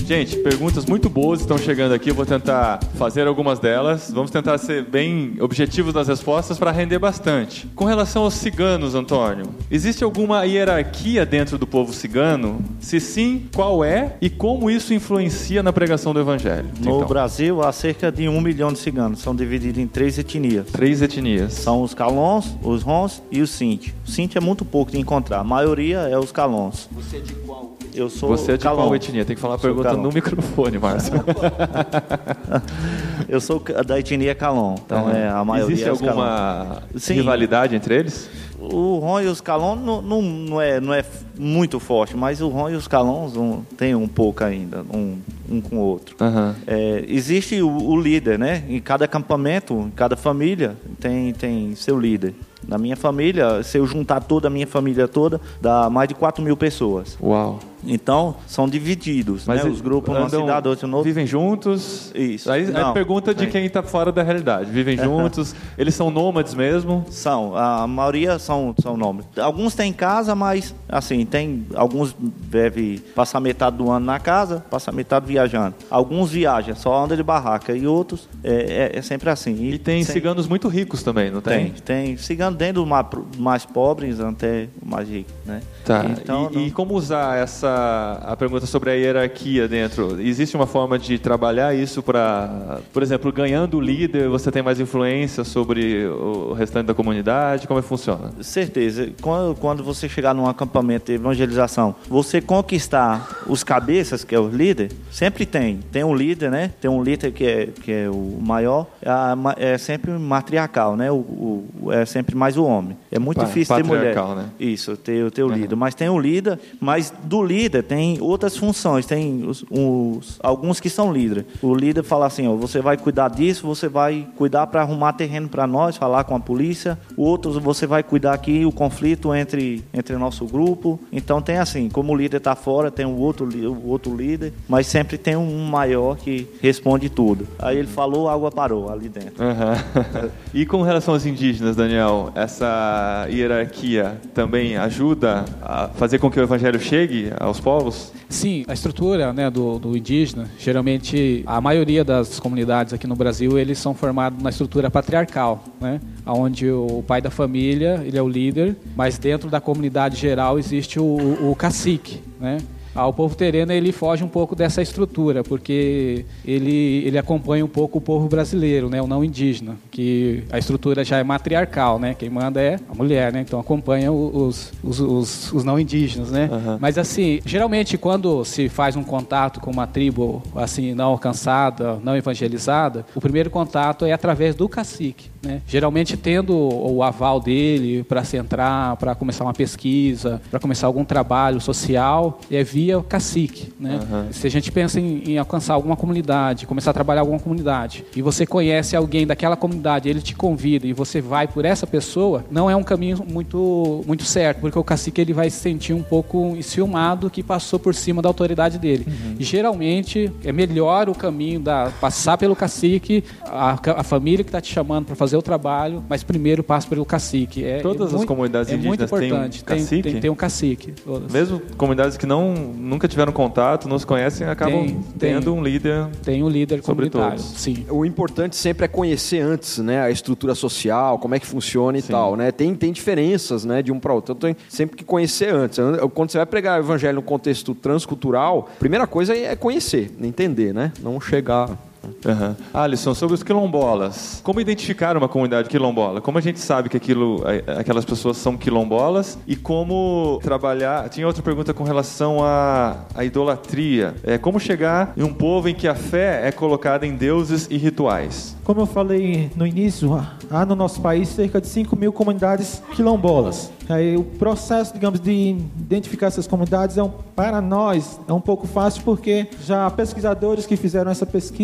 A: Gente, perguntas muito boas estão chegando aqui. Eu vou tentar fazer algumas delas. Vamos tentar ser bem objetivos nas respostas para render bastante. Com relação aos ciganos, Antônio, existe alguma hierarquia dentro do povo cigano? Se sim, qual é e como isso influencia na pregação do evangelho?
E: No
A: então.
E: Brasil, há cerca de um milhão de ciganos. São divididos em três etnias.
A: Três etnias.
E: São os calons, os rons e os sinti. O sinti é muito pouco de encontrar. A maioria é os calons.
B: Você é de qual?
E: Eu sou
A: Você é de
E: calon.
A: qual etnia? Tem que falar a pergunta
E: calon.
A: no microfone, Márcio.
E: Eu sou da etnia calon. Então,
A: uhum.
E: é, a maioria
A: Existe
E: é os
A: alguma
E: Sim.
A: rivalidade entre eles?
E: O ron e os calon não, não, não, é, não é muito forte, mas o ron e os calons um, tem um pouco ainda, um, um com o outro.
A: Uhum.
E: É, existe o, o líder, né? Em cada acampamento, em cada família, tem, tem seu líder. Na minha família, se eu juntar toda a minha família toda, dá mais de quatro mil pessoas.
A: Uau.
E: Então, são divididos,
A: Mas
E: né? Os grupos numa
A: andam,
E: cidade, outro no outro.
A: Vivem juntos?
E: Isso.
A: Aí
E: Não,
A: a pergunta de
E: sim.
A: quem está fora da realidade. Vivem juntos? Eles são nômades mesmo?
E: São, a maioria são, são nômades. Alguns têm casa, mas, assim, tem, alguns devem passar metade do ano na casa, passar metade viajando. Alguns viajam, só andam de barraca, e outros é, é, é sempre assim.
A: E, e tem
E: sem...
A: ciganos muito ricos também, não tem?
E: Tem, tem cigano desde os mais, mais pobres até o mais rico, né?
A: Tá.
E: Então,
A: e,
E: não...
A: e como usar essa a pergunta sobre a hierarquia dentro? Existe uma forma de trabalhar isso para, por exemplo, ganhando o líder, você tem mais influência sobre o restante da comunidade? Como é que funciona?
E: Certeza. Quando, quando você chegar num acampamento de evangelização, você conquistar os cabeças, que é o líder, sempre tem. Tem um líder, né? Tem um líder que é, que é o maior, é, é sempre matriarcal, né? O, o, é sempre mais o homem. É muito
A: Pa-
E: difícil ter mulher.
A: né?
E: Isso, ter, ter o
A: Uhum.
E: líder. Mas tem o líder, mas do líder tem outras funções. Tem os, os, alguns que são líderes. O líder fala assim, ó, você vai cuidar disso, você vai cuidar para arrumar terreno para nós, falar com a polícia. O outro, você vai cuidar aqui o conflito entre, entre o nosso grupo. Então tem assim, como o líder está fora, tem o outro, o outro líder, mas sempre tem um maior que responde tudo. Aí ele falou, a água parou ali dentro.
A: Uhum. E com relação aos indígenas, Daniel, essa hierarquia também ajuda a fazer com que o evangelho chegue aos povos?
C: Sim, a estrutura, né, do, do indígena, geralmente a maioria das comunidades aqui no Brasil, eles são formados na estrutura patriarcal, né, onde o pai da família, ele é o líder, mas dentro da comunidade geral existe o, o, o cacique, né? Ah, o povo tereno ele foge um pouco dessa estrutura, porque ele, ele acompanha um pouco o povo brasileiro, né, o não indígena, que a estrutura já é matriarcal, né, quem manda é a mulher, né, então acompanha os, os, os, os não indígenas, né. Uhum. Mas assim, geralmente quando se faz um contato com uma tribo assim não alcançada, não evangelizada, o primeiro contato é através do cacique, né, geralmente tendo o aval dele para se entrar, para começar uma pesquisa, para começar algum trabalho social, é via o cacique, né? Uhum. Se a gente pensa em, em alcançar alguma comunidade, começar a trabalhar alguma comunidade, e você conhece alguém daquela comunidade, ele te convida e você vai por essa pessoa, não é um caminho muito, muito certo, porque o cacique ele vai se sentir um pouco enciumado que passou por cima da autoridade dele. Uhum. E geralmente é melhor o caminho da passar pelo cacique, a, a família que está te chamando para fazer o trabalho, mas primeiro passa pelo cacique. É,
A: Todas
C: é
A: as
C: muito,
A: comunidades
C: é
A: indígenas
C: muito importante.
A: têm um cacique?
C: Tem, tem, tem um cacique. Todas.
A: Mesmo comunidades que não, nunca tiveram contato, não se conhecem, acabam
C: tem,
A: tendo
C: tem,
A: um líder.
C: Tem um líder
A: sobre
C: comunitário.
A: todos.
C: Sim.
B: O importante sempre é conhecer antes, né, a estrutura social, como é que funciona e Sim. tal, né? Tem, tem diferenças, né, de um para outro. Então tem sempre que conhecer antes. Quando você vai pregar o evangelho no contexto transcultural, a primeira coisa é conhecer, entender, né? Não chegar...
A: Uhum. Alisson, sobre os quilombolas, como identificar uma comunidade quilombola? Como a gente sabe que aquilo, aquelas pessoas são quilombolas e como trabalhar? Tinha outra pergunta com relação à, à idolatria. É, como chegar em um povo em que a fé é colocada em deuses e rituais?
D: Como eu falei no início, há no nosso país cerca de cinco mil comunidades quilombolas. Aí, o processo, digamos, de identificar essas comunidades é um, para nós é um pouco fácil porque já há pesquisadores que fizeram essa pesquisa,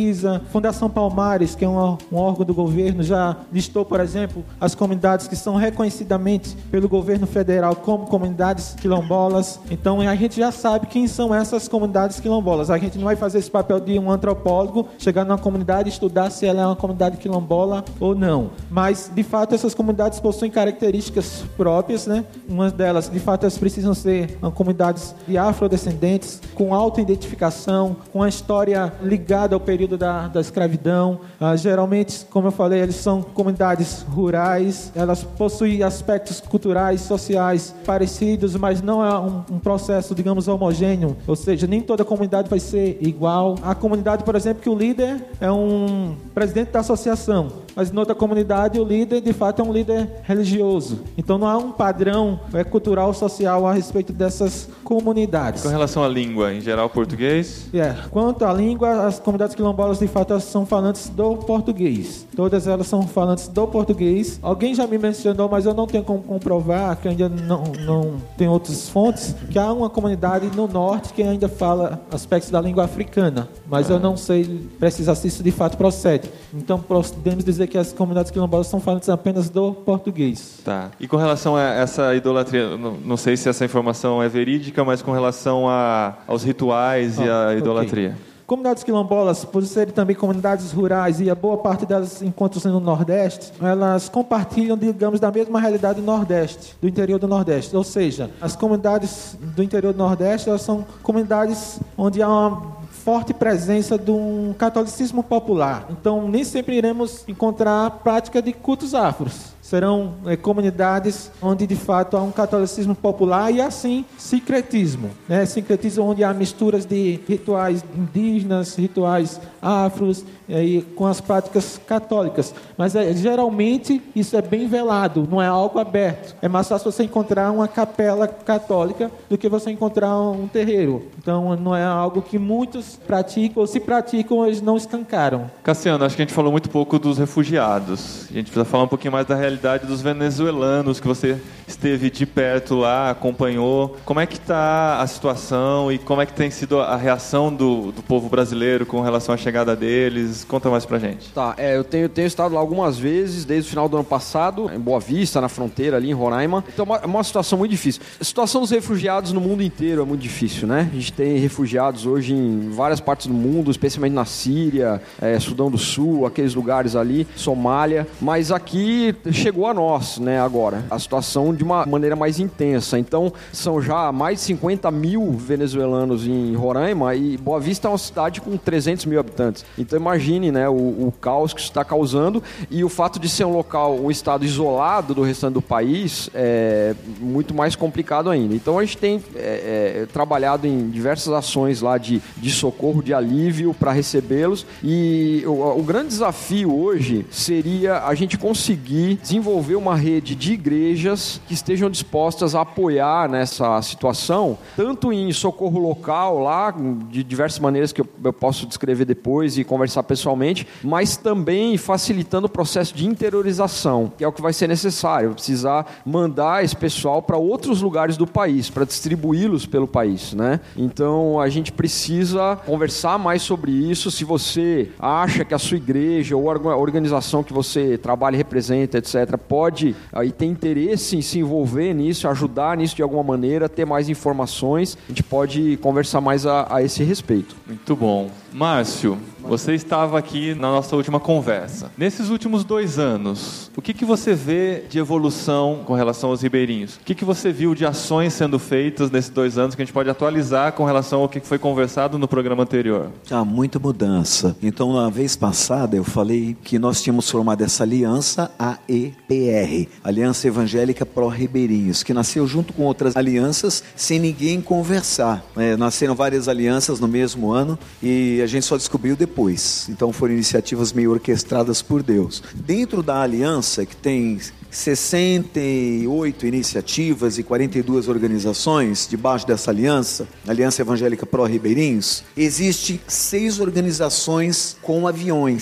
D: Fundação Palmares, que é um, um órgão do governo, já listou, por exemplo, as comunidades que são reconhecidamente pelo governo federal como comunidades quilombolas. Então a gente já sabe quem são essas comunidades quilombolas. A gente não vai fazer esse papel de um antropólogo, chegar numa comunidade e estudar se ela é uma comunidade quilombola ou não. Mas, de fato, essas comunidades possuem características próprias, né? Uma delas, de fato, elas precisam ser comunidades de afrodescendentes, com alta identificação, com a história ligada ao período da, da escravidão. Ah, geralmente, como eu falei, eles são comunidades rurais, elas possuem aspectos culturais, sociais parecidos, mas não é um, um processo, digamos, homogêneo, ou seja, nem toda comunidade vai ser igual. A comunidade, por exemplo, que o líder é um presidente da associação, mas em outra comunidade o líder, de fato, é um líder religioso. Então não há um padrão é, cultural, social a respeito dessas comunidades.
A: Com relação à língua, em geral, português?
D: É. Quanto à língua, as comunidades quilombolas, de fato, são falantes do português. Todas elas são falantes do português. Alguém já me mencionou, mas eu não tenho como comprovar, que ainda não, não tem outras fontes, que há uma comunidade no norte que ainda fala aspectos da língua africana, mas ah. eu não sei precisar se isso de fato procede. Então podemos dizer que as comunidades quilombolas são falantes apenas do português.
A: Tá. E com relação a essa idolatria, não, não sei se essa informação é verídica, mas com relação a, aos rituais oh, e à idolatria. Okay.
D: Comunidades quilombolas, por serem também comunidades rurais, e a boa parte delas encontram-se no Nordeste, elas compartilham, digamos, da mesma realidade do Nordeste, do interior do Nordeste. Ou seja, as comunidades do interior do Nordeste, elas são comunidades onde há uma forte presença de um catolicismo popular. Então, nem sempre iremos encontrar a prática de cultos afros. Serão é, comunidades onde, de fato, há um catolicismo popular e, assim, sincretismo. Né? Sincretismo onde há misturas de rituais indígenas, rituais afros, é, e com as práticas católicas. Mas, é, geralmente, isso é bem velado, não é algo aberto. É mais fácil você encontrar uma capela católica do que você encontrar um terreiro. Então, não é algo que muitos praticam, ou se praticam, eles não escancaram.
A: Cassiano, acho que a gente falou muito pouco dos refugiados. A gente precisa falar um pouquinho mais da realidade dos venezuelanos, que você esteve de perto lá, acompanhou. Como é que está a situação e como é que tem sido a reação do, do povo brasileiro com relação à chegada deles? Conta mais pra gente.
B: Tá, é, eu tenho, tenho estado lá algumas vezes, desde o final do ano passado, em Boa Vista, na fronteira ali em Roraima. Então é uma, uma situação muito difícil. A situação dos refugiados no mundo inteiro é muito difícil, né? A gente tem refugiados hoje em várias partes do mundo, especialmente na Síria, é, Sudão do Sul, aqueles lugares ali, Somália. Mas aqui chegou a nós, né, agora, a situação de uma maneira mais intensa. Então, são já mais de cinquenta mil venezuelanos em Roraima e Boa Vista é uma cidade com trezentos mil habitantes. Então, imagine, né, o, o caos que isso está causando e o fato de ser um local, um estado isolado do restante do país é muito mais complicado ainda. Então, a gente tem é, é, trabalhado em diversas ações lá de, de socorro, de alívio para recebê-los e o, o grande desafio hoje seria a gente conseguir desenvolver uma rede de igrejas que estejam dispostas a apoiar nessa situação, tanto em socorro local lá, de diversas maneiras que eu, eu posso descrever depois e conversar pessoalmente, mas também facilitando o processo de interiorização, que é o que vai ser necessário. Vai precisar mandar esse pessoal para outros lugares do país, para distribuí-los pelo país, né? Então, a gente precisa conversar mais sobre isso. Se você acha que a sua igreja ou a organização que você trabalha e representa, etcétera, pode aí ter interesse em se envolver nisso, ajudar nisso de alguma maneira, ter mais informações, a gente pode conversar mais a, a esse respeito.
A: Muito bom. Márcio, você estava aqui na nossa última conversa. Nesses últimos dois anos, o que, que você vê de evolução com relação aos ribeirinhos? O que, que você viu de ações sendo feitas nesses dois anos que a gente pode atualizar com relação ao que foi conversado no programa anterior?
F: Há muita mudança. Então, na vez passada, eu falei que nós tínhamos formado essa aliança, a E P R, Aliança Evangélica Pró-Ribeirinhos, que nasceu junto com outras alianças sem ninguém conversar. É, nasceram várias alianças no mesmo ano e a gente só descobriu depois. Então foram iniciativas meio orquestradas por Deus. Dentro da aliança, que tem sessenta e oito iniciativas e quarenta e duas organizações debaixo dessa aliança, Aliança Evangélica Pró-Ribeirinhos, existe seis organizações com aviões.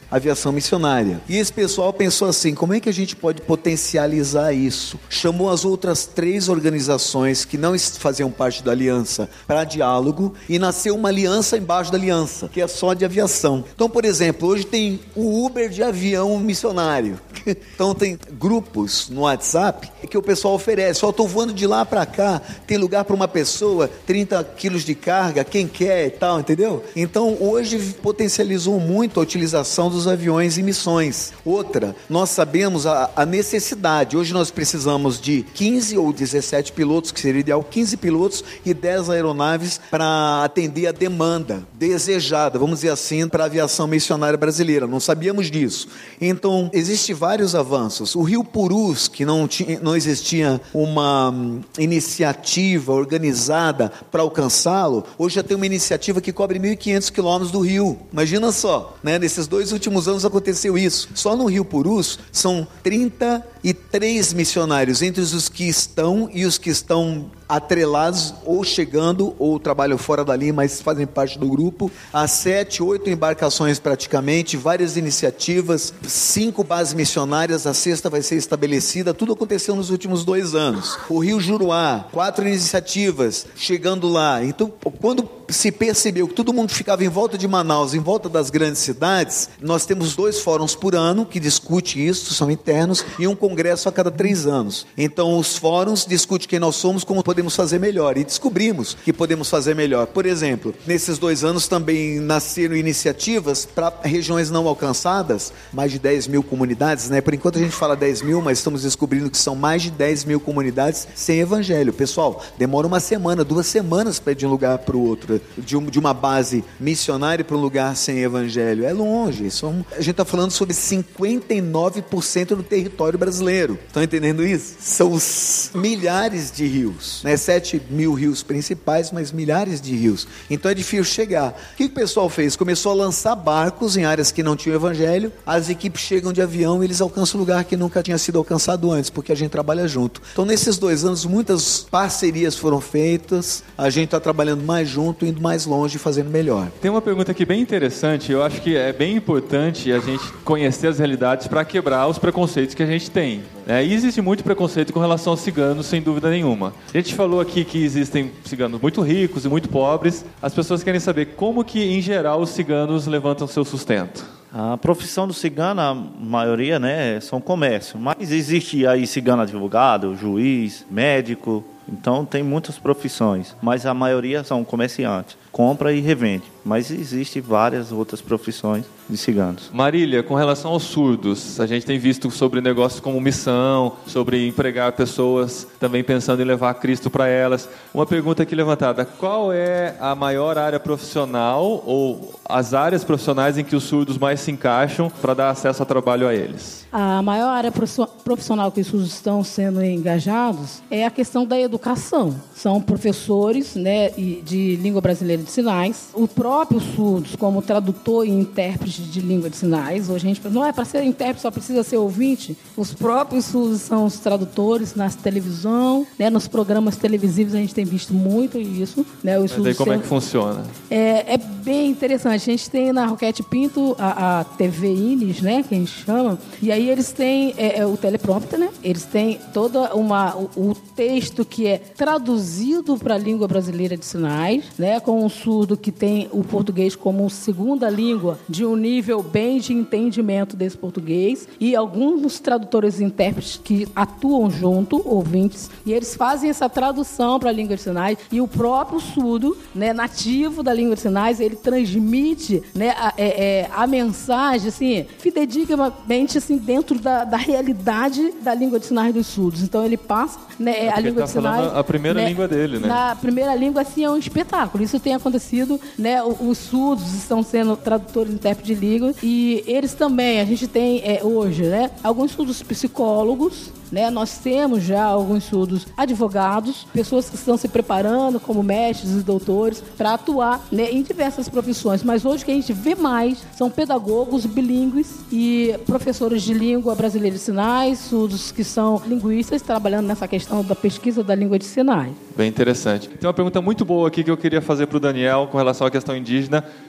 F: aviação missionária. E esse pessoal pensou assim, como é que a gente pode potencializar isso? Chamou as outras três organizações que não faziam parte da aliança para diálogo e nasceu uma aliança embaixo da aliança, que é só de aviação. Então, por exemplo, hoje tem o Uber de avião missionário. Então tem grupos no WhatsApp que o pessoal oferece, ó, estou voando de lá para cá, tem lugar para uma pessoa, trinta quilos de carga, quem quer e tal, entendeu? Então hoje potencializou muito a utilização dos aviões em missões. Outra, nós sabemos a, a necessidade, hoje nós precisamos de quinze ou dezessete pilotos, que seria ideal, quinze pilotos e dez aeronaves para atender a demanda desejada, vamos dizer assim, para a aviação missionária brasileira. Não sabíamos disso. Então, existem vários avanços. O Rio Purus, que não, tinha, não existia uma hum, iniciativa organizada para alcançá-lo, hoje já tem uma iniciativa que cobre mil e quinhentos quilômetros do rio. Imagina só, né? Nesses dois últimos anos aconteceu isso. Só no Rio Purus são trinta e três missionários, entre os que estão e os que estão atrelados ou chegando ou trabalham fora dali, mas fazem parte do grupo. Há sete, oito embarcações praticamente, várias iniciativas, cinco bases missionárias, a sexta vai ser estabelecida, tudo aconteceu nos últimos dois anos. O Rio Juruá, quatro iniciativas chegando lá. Então, quando se percebeu que todo mundo ficava em volta de Manaus, em volta das grandes cidades, nós temos dois fóruns por ano que discutem isso, são internos, e um congresso a cada três anos. Então, os fóruns discutem quem nós somos, como podemos fazer melhor, e descobrimos que podemos fazer melhor. Por exemplo, nesses dois anos também nasceram iniciativas para regiões não alcançadas, mais de dez mil comunidades, né? Por enquanto a gente fala dez mil, mas estamos descobrindo que são mais de dez mil comunidades sem evangelho. Pessoal, demora uma semana, duas semanas para ir de um lugar para o outro, de, um, de uma base missionária para um lugar sem evangelho. É longe. São, a gente está falando sobre cinquenta e nove por cento do território brasileiro. Estão entendendo isso? São os milhares de rios, né? sete mil rios principais, mas milhares de rios. Então é difícil chegar. O que o pessoal fez? Começou a lançar barcos em áreas que não tinham evangelho. As equipes chegam de avião e eles alcançam lugar que nunca tinha sido alcançado antes, porque a gente trabalha junto. Então nesses dois anos muitas parcerias foram feitas, a gente está trabalhando mais junto, indo mais longe e fazendo melhor.
A: Tem uma pergunta aqui bem interessante, eu acho que é bem importante a gente conhecer as realidades para quebrar os preconceitos que a gente tem. É, e existe muito preconceito com relação aos ciganos, sem dúvida nenhuma. A gente falou aqui que existem ciganos muito ricos e muito pobres. As pessoas querem saber como que, em geral, os ciganos levantam seu sustento.
E: A profissão do cigano, a maioria, né, são comércio. Mas existe aí cigano advogado, juiz, médico. Então tem muitas profissões, mas a maioria são comerciantes, compra e revende. Mas existem várias outras profissões de ciganos.
A: Marília, com relação aos surdos, a gente tem visto sobre negócios como missão, sobre empregar pessoas, também pensando em levar Cristo para elas. Uma pergunta aqui levantada: qual é a maior área profissional ou as áreas profissionais em que os surdos mais se encaixam para dar acesso ao trabalho a eles?
G: A maior área profissional que os surdos estão sendo engajados é a questão da educação. São professores, né, de língua brasileira de sinais. O próprio surdos, como tradutor e intérprete de língua de sinais. Hoje a gente não é para ser intérprete, só precisa ser ouvinte. Os próprios surdos são os tradutores na televisão, né, nos programas televisivos a gente tem visto muito isso. Né, os
A: Mas aí como
G: sendo...
A: é que funciona?
G: É, é bem interessante. A gente tem na Roquete Pinto a, a T V Inis, né, que a gente chama, e aí eles têm é, é, o teleprompter, né? Eles têm toda uma o, o texto que é traduzido para a língua brasileira de sinais, né, com um surdo que tem o português como segunda língua, de um nível bem de entendimento desse português, e alguns tradutores e intérpretes que atuam junto, ouvintes, e eles fazem essa tradução para a língua de sinais, e o próprio surdo, né, nativo da língua de sinais, ele transmite, né, a, é, é, a mensagem assim, fidedignamente assim, dentro da, da realidade da língua de sinais dos surdos. Então ele passa, né,
A: é
G: a língua
A: tá
G: de sinais,
A: a primeira
G: né,
A: língua dele, né?
G: Na primeira língua, assim, é um espetáculo. Isso tem acontecido, né? Os surdos estão sendo tradutores e intérpretes de língua, e eles também, a gente tem é, hoje, né, alguns surdos psicólogos, né? Nós temos já alguns surdos advogados, pessoas que estão se preparando como mestres e doutores para atuar, né, em diversas profissões. Mas hoje o que a gente vê mais são pedagogos bilíngues e professores de língua brasileira de sinais, surdos que são linguistas, trabalhando nessa questão da pesquisa da língua de sinais.
A: Bem interessante. Tem uma pergunta muito boa aqui que eu queria fazer para o Daniel com relação à questão indígena.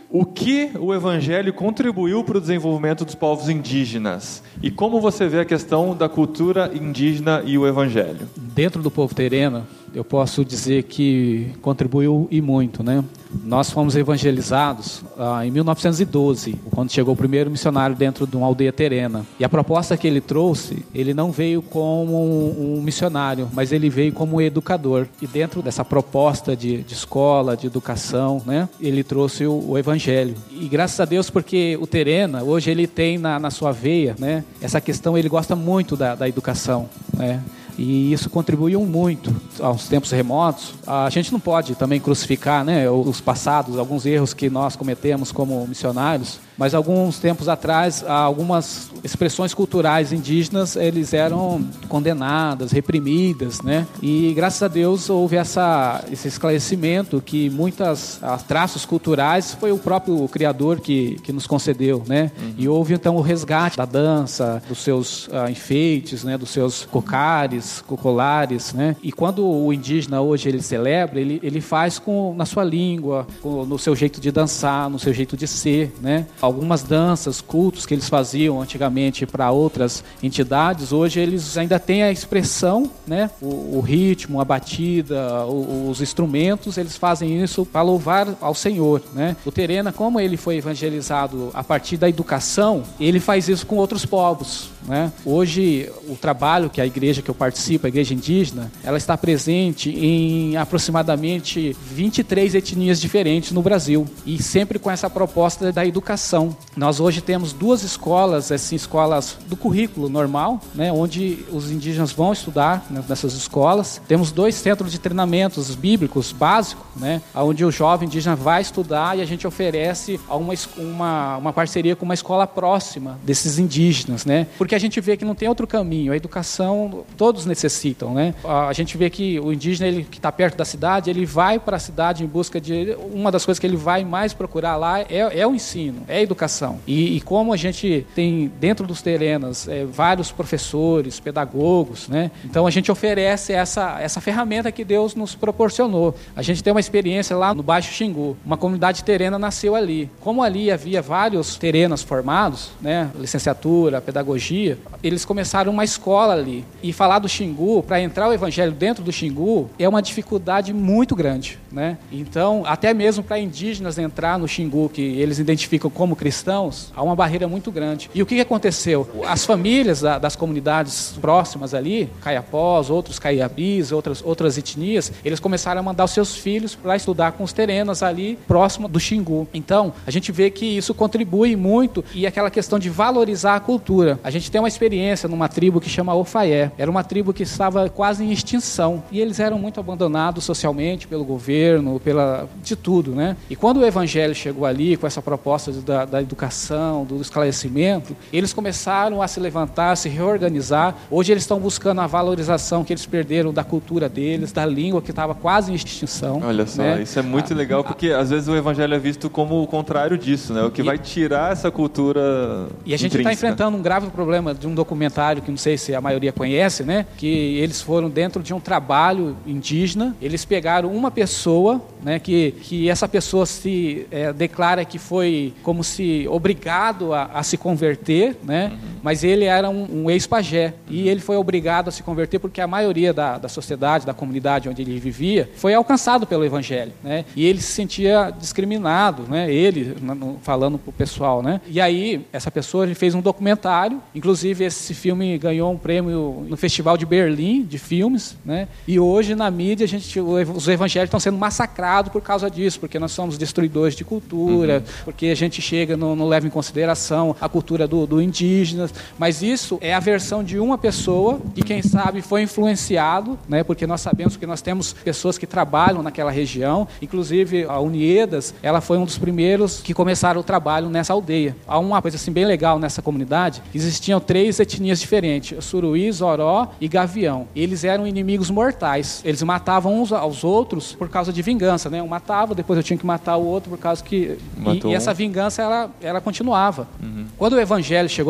A: O que o evangelho contribuiu para o desenvolvimento dos povos indígenas? E como você vê a questão da cultura indígena e o evangelho?
C: Dentro do povo terena, eu posso dizer que contribuiu e muito, né? Nós fomos evangelizados ah, em mil novecentos e doze, quando chegou o primeiro missionário dentro de uma aldeia terena. E a proposta que ele trouxe, ele não veio como um, um missionário, mas ele veio como um educador. E dentro dessa proposta de, de escola, de educação, né, ele trouxe o, o evangelho. E graças a Deus, porque o terena, hoje ele tem na, na sua veia, né, essa questão, ele gosta muito da, da educação, né? E isso contribuiu muito aos tempos remotos. A gente não pode também crucificar, né, os passados, alguns erros que nós cometemos como missionários, mas alguns tempos atrás, algumas expressões culturais indígenas, eles eram condenadas, reprimidas, né? E graças a Deus houve essa, esse esclarecimento que muitas traços culturais foi o próprio Criador que, que nos concedeu, né? Uhum. E houve então o resgate da dança, dos seus uh, enfeites, né? Dos seus cocares, cocolares, né? E quando o indígena hoje ele celebra, ele, ele faz com, na sua língua, com, no seu jeito de dançar, no seu jeito de ser, né? Algumas danças, cultos que eles faziam antigamente para outras entidades, hoje eles ainda têm a expressão, né? O, o ritmo, a batida, o, os instrumentos, eles fazem isso para louvar ao Senhor, né? O terena, como ele foi evangelizado a partir da educação, ele faz isso com outros povos, né? Hoje, o trabalho que a igreja que eu participo, a igreja indígena, ela está presente em aproximadamente vinte e três etnias diferentes no Brasil, e sempre com essa proposta da educação. Nós hoje temos duas escolas, assim, escolas do currículo normal, né, onde os indígenas vão estudar, né, nessas escolas. Temos dois centros de treinamentos bíblicos básicos, né, onde o jovem indígena vai estudar, e a gente oferece uma, uma, uma parceria com uma escola próxima desses indígenas, né, porque a gente vê que não tem outro caminho. A educação todos necessitam, né? A gente vê que o indígena, ele que está perto da cidade, ele vai para a cidade em busca de... Uma das coisas que ele vai mais procurar lá é, é o ensino, é a educação. E, e como a gente tem dentro dos terenas é, vários professores, pedagogos, né? Então a gente oferece essa, essa ferramenta que Deus nos proporcionou. A gente tem uma experiência lá no Baixo Xingu. Uma comunidade terena nasceu ali. Como ali havia vários terenas formados, né? Licenciatura, pedagogia, eles começaram uma escola ali. E falar do Xingu, para entrar o evangelho dentro do Xingu, é uma dificuldade muito grande, né? Então, até mesmo para indígenas entrar no Xingu, que eles identificam como cristãos, há uma barreira muito grande. E o que, que aconteceu? As famílias da, das comunidades próximas ali, Caiapós, outros Caiabis, outras, outras etnias, eles começaram a mandar os seus filhos para estudar com os terenas ali, próximo do Xingu. Então, a gente vê que isso contribui muito, e aquela questão de valorizar a cultura. A gente tem uma experiência numa tribo que chama Ofaié. Era uma tribo que estava quase em extinção, e eles eram muito abandonados socialmente pelo governo, pela, de tudo, né? E quando o evangelho chegou ali, com essa proposta de, da, da educação, do esclarecimento, eles começaram a se levantar, a se reorganizar. Hoje eles estão buscando a valorização que eles perderam da cultura deles, da língua que estava quase em extinção.
A: Olha só, né? Isso é muito
C: ah,
A: legal, porque às vezes o evangelho é visto como o contrário disso, né? O que e, vai tirar essa cultura E a gente está
C: enfrentando um grave problema de um documentário que não sei se a maioria conhece, né? Que eles foram dentro de um trabalho indígena, eles pegaram uma pessoa, né? Que, que essa pessoa se é, declara que foi como se obrigado a, a se converter, né? Uhum. Mas ele era um, um ex-pajé, e ele foi obrigado a se converter porque a maioria da, da sociedade, da comunidade onde ele vivia, foi alcançado pelo evangelho, né? E ele se sentia discriminado, né? Ele, falando pro pessoal, né? E aí, essa pessoa, ele fez um documentário, inclusive esse filme ganhou um prêmio no Festival de Berlim, de filmes, né? E hoje, na mídia, a gente, os evangélicos estão sendo massacrados por causa disso, porque nós somos destruidores de cultura, uhum. porque a gente chega, não, não leva em consideração a cultura do, do indígena, mas isso é a versão de uma pessoa que, quem sabe, foi influenciado, né? Porque nós sabemos que nós temos pessoas que trabalham naquela região, inclusive a Uniedas, ela foi um dos primeiros que começaram o trabalho nessa aldeia. Há uma coisa assim bem legal nessa comunidade, existiam três etnias diferentes, Suruí, Zoró e Gavião. Eles eram inimigos mortais, eles matavam uns aos outros por causa de vingança, né? Um matava, depois eu tinha que matar o outro por causa que... E, e essa vingança, ela, ela continuava. Uhum. Quando o evangelho chegou naquela região,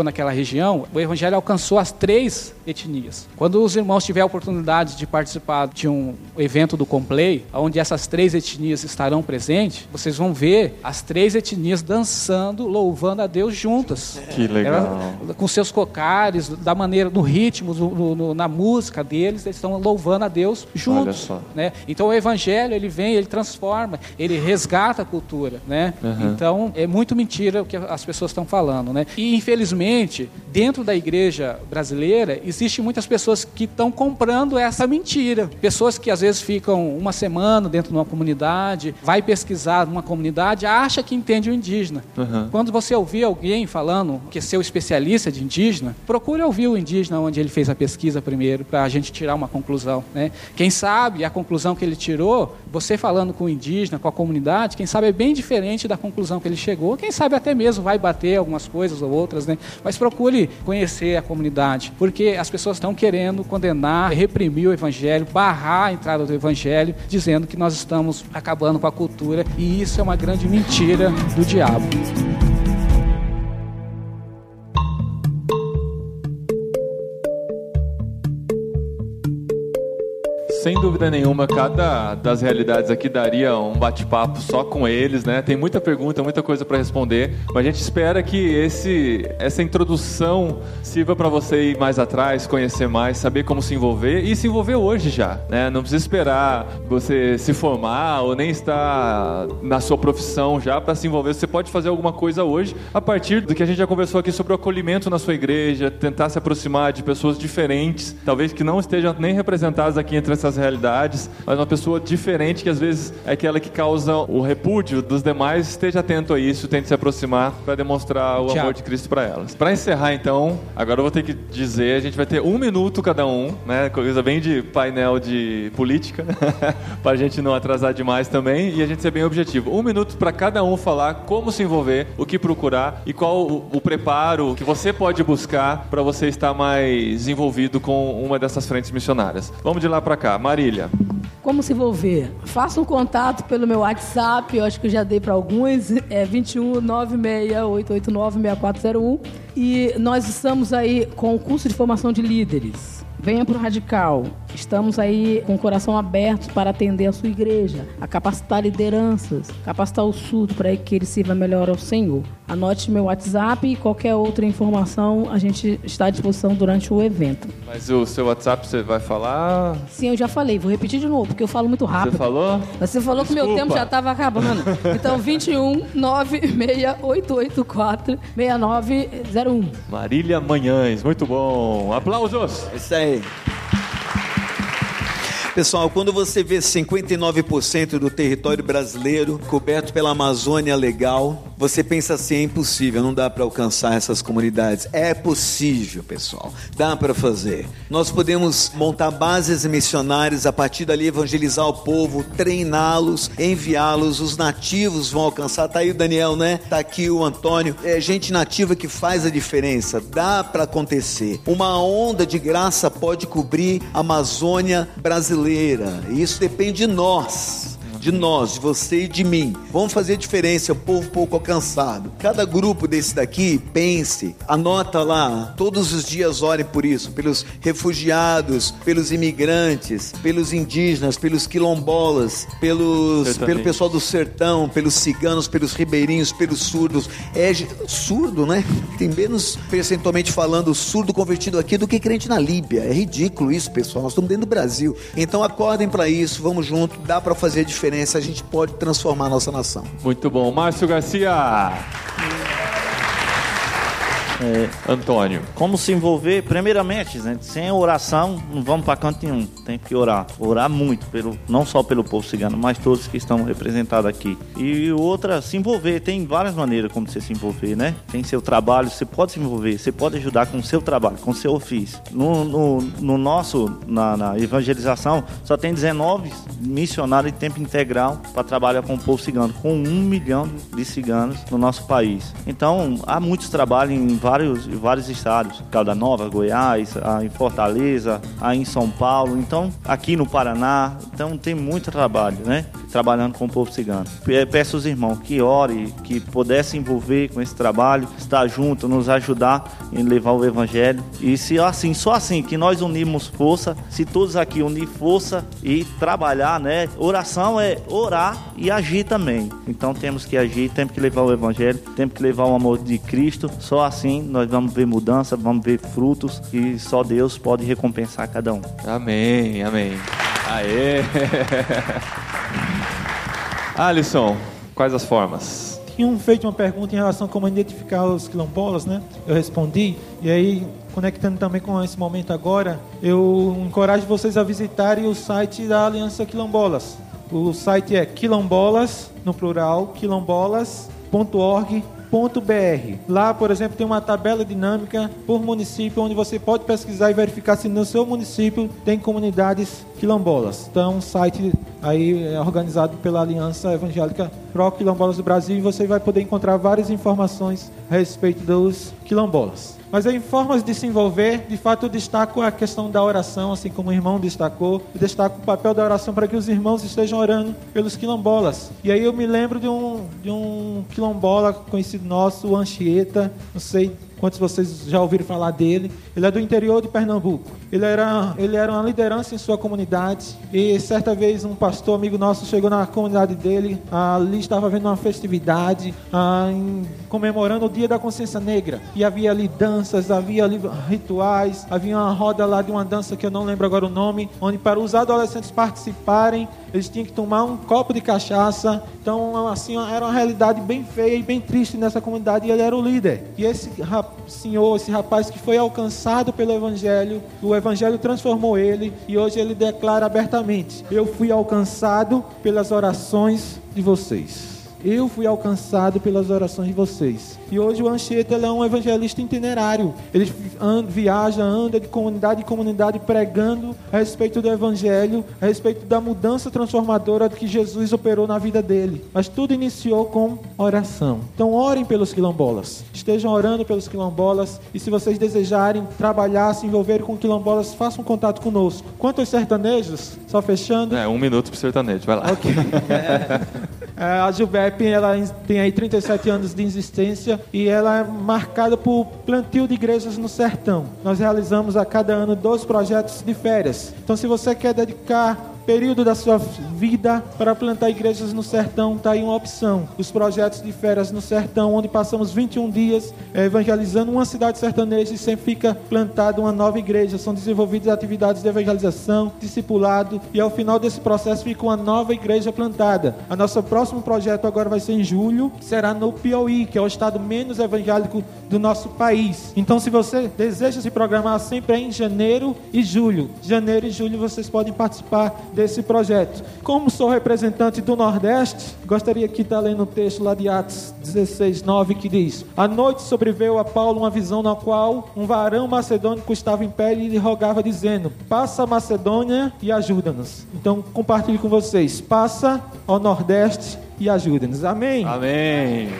C: região, o evangelho alcançou as três etnias. Quando os irmãos tiverem a oportunidade de participar de um evento do Complay, onde essas três etnias estarão presentes, vocês vão ver as três etnias dançando, louvando a Deus juntas.
A: Que legal.
C: Ela, com seus cocares, da maneira, no ritmo, no, no, na música deles, eles estão louvando a Deus juntos. Olha só. Né? Então o evangelho, ele vem, ele transforma, ele resgata a cultura. Né? Uhum. Então é muito mentira o que as pessoas estão falando. Né? E infelizmente, dentro da igreja brasileira, existem muitas pessoas que estão comprando essa mentira. Pessoas que às vezes ficam uma semana dentro de uma comunidade, vai pesquisar numa comunidade, acha que entende o indígena. Uhum. Quando você ouvir alguém falando que é seu especialista de indígena, procure ouvir o indígena onde ele fez a pesquisa primeiro, para a gente tirar uma conclusão. Né? Quem sabe a conclusão que ele tirou, você falando com o indígena, com a comunidade, quem sabe é bem diferente da conclusão que ele chegou, quem sabe até mesmo vai bater algumas coisas ou outras, né? Mas procure conhecer a comunidade, porque as pessoas estão querendo condenar, reprimir o evangelho, barrar a entrada do evangelho, dizendo que nós estamos acabando com a cultura, e isso é uma grande mentira do diabo.
A: Sem dúvida nenhuma, cada das realidades aqui daria um bate-papo só com eles, né? Tem muita pergunta, muita coisa para responder, mas a gente espera que esse, essa introdução sirva para você ir mais atrás, conhecer mais, saber como se envolver e se envolver hoje já, né? Não precisa esperar você se formar ou nem estar na sua profissão já para se envolver. Você pode fazer alguma coisa hoje a partir do que a gente já conversou aqui sobre o acolhimento na sua igreja, tentar se aproximar de pessoas diferentes, talvez que não estejam nem representadas aqui entre essas realidades, mas uma pessoa diferente que às vezes é aquela que causa o repúdio dos demais. Esteja atento a isso, tente se aproximar para demonstrar o Tchau. amor de Cristo para elas. Para encerrar então, agora eu vou ter que dizer, a gente vai ter um minuto cada um, né? Coisa bem de painel de política, para a gente não atrasar demais também e a gente ser bem objetivo. Um minuto para cada um falar como se envolver, o que procurar e qual o, o preparo que você pode buscar para você estar mais envolvido com uma dessas frentes missionárias. Vamos de lá para cá. Marília.
G: Como se envolver? Faça um contato pelo meu WhatsApp, eu acho que eu já dei para alguns, é vinte e um, nove seis oito oito nove, seis quatro zero um, e nós estamos aí com o curso de formação de líderes. Venha para o Radical. Estamos aí com o coração aberto para atender a sua igreja, a capacitar lideranças, capacitar o surdo para que ele sirva melhor ao Senhor. Anote meu WhatsApp e qualquer outra informação a gente está à disposição durante o evento.
A: Mas o seu WhatsApp você vai falar?
G: Sim, eu já falei. Vou repetir de novo, porque eu falo muito rápido.
A: Você falou?
G: Você falou Desculpa. que o meu tempo já estava acabando. Então, vinte e um, nove seis oito oito quatro, seis nove zero um.
A: Marília Manhães, muito bom. Aplausos!
F: Isso aí. Pessoal, quando você vê cinquenta e nove por cento do território brasileiro coberto pela Amazônia Legal, você pensa assim, é impossível, não dá para alcançar essas comunidades. É possível, pessoal, dá para fazer. Nós podemos montar bases missionárias, a partir dali evangelizar o povo, treiná-los, enviá-los, os nativos vão alcançar. Tá aí o Daniel, né? Tá aqui o Antônio. É gente nativa que faz a diferença, dá para acontecer. Uma onda de graça pode cobrir a Amazônia brasileira. Isso depende de nós, de nós, de você e de mim. Vamos fazer diferença, o povo pouco alcançado. Cada grupo desse daqui, pense, anota lá, todos os dias orem por isso, pelos refugiados, pelos imigrantes, pelos indígenas, pelos quilombolas, pelos, pelo pessoal do sertão, pelos ciganos, pelos ribeirinhos, pelos surdos. É surdo, né? Tem menos, percentualmente falando, surdo convertido aqui do que crente na Líbia. É ridículo isso, pessoal. Nós estamos dentro do Brasil. Então acordem para isso, vamos junto, dá para fazer a diferença. A gente pode transformar a nossa nação.
A: Muito bom. Márcio Garcia.
E: É,
A: Antônio.
E: Como se envolver? Primeiramente, gente, sem oração não vamos para canto nenhum. Tem que orar. Orar muito, pelo, não só pelo povo cigano, mas todos que estão representados aqui. E outra, se envolver. Tem várias maneiras como você se envolver, né? Tem seu trabalho, você pode se envolver, você pode ajudar com o seu trabalho, com o seu ofício. No, no, no nosso, na, na evangelização, só tem dezenove missionários de tempo integral para trabalhar com o povo cigano, com um milhão de ciganos no nosso país. Então, há muitos trabalhos em vários, vários estados, Calda Nova, Goiás, em Fortaleza, em São Paulo, então aqui no Paraná, então tem muito trabalho, né? trabalhando com o povo cigano. Peço aos irmãos que orem, que pudessem envolver com esse trabalho, estar junto, nos ajudar em levar o evangelho. E se assim, só assim que nós unimos força, se todos aqui unir força e trabalhar, né? Oração é orar e agir também. Então temos que agir, temos que levar o evangelho, temos que levar o amor de Cristo. Só assim nós vamos ver mudança, vamos ver frutos e só Deus pode recompensar cada um.
A: Amém, amém. Aê! Alisson, quais as formas?
D: Tinham feito uma pergunta em relação a como identificar os quilombolas, né? Eu respondi, e aí, conectando também com esse momento agora, eu encorajo vocês a visitarem o site da Aliança Quilombolas. O site é quilombolas, no plural, quilombolas ponto org ponto br. Lá, por exemplo, tem uma tabela dinâmica por município, onde você pode pesquisar e verificar se no seu município tem comunidades quilombolas. Então, um site aí é organizado pela Aliança Evangélica Pro Quilombolas do Brasil, e você vai poder encontrar várias informações a respeito dos quilombolas. Mas em formas de se envolver, de fato eu destaco a questão da oração, assim como o irmão destacou. Eu destaco o papel da oração para que os irmãos estejam orando pelos quilombolas. E aí eu me lembro de um, de um quilombola conhecido nosso, o Anchieta, não sei quantos de vocês já ouviram falar dele. Ele é do interior de Pernambuco. Ele era, ele era uma liderança em sua comunidade. E certa vez um pastor amigo nosso chegou na comunidade dele. Ali estava havendo uma festividade ah, em, comemorando o Dia da Consciência Negra. E havia ali danças, havia ali rituais. Havia uma roda lá de uma dança que eu não lembro agora o nome, onde para os adolescentes participarem, eles tinham que tomar um copo de cachaça. Então, assim, era uma realidade bem feia e bem triste nessa comunidade. E ele era o líder. E esse senhor, esse rapaz que foi alcançado pelo Evangelho, o Evangelho transformou ele, e hoje ele declara abertamente: eu fui alcançado pelas orações de vocês. Eu fui alcançado pelas orações de vocês. E hoje o Anchieta, ele é um evangelista itinerário. Ele anda, viaja, anda de comunidade em comunidade pregando a respeito do evangelho, a respeito da mudança transformadora que Jesus operou na vida dele. Mas tudo iniciou com oração. Então orem pelos quilombolas. Estejam orando pelos quilombolas. E se vocês desejarem trabalhar, se envolver com quilombolas, façam contato conosco. Quanto aos sertanejos, só fechando.
A: É, um minuto pro sertanejo, vai lá.
D: Ok. É, a Juvep, ela tem aí trinta e sete anos de existência e ela é marcada por plantio de igrejas no sertão. Nós realizamos a cada ano dois projetos de férias. Então, se você quer dedicar período da sua vida para plantar igrejas no sertão, está aí uma opção. Os projetos de férias no sertão, onde passamos vinte e um dias é, evangelizando uma cidade sertaneja e sempre fica plantada uma nova igreja. São desenvolvidas atividades de evangelização, discipulado, e ao final desse processo fica uma nova igreja plantada. A nosso próximo projeto agora vai ser em julho, será no Piauí, que é o estado menos evangélico do nosso país. Então, se você deseja se programar, sempre é em janeiro e julho. Janeiro e julho vocês podem participar desse projeto. Como sou representante do Nordeste, gostaria aqui de estar lendo o texto lá de Atos dezesseis, nove, que diz: à noite sobreveio a Paulo uma visão na qual um varão macedônico estava em pé e lhe rogava, dizendo: passa a Macedônia e ajuda-nos. Então, compartilho com vocês: passa ao Nordeste e ajuda-nos. Amém?
A: Amém.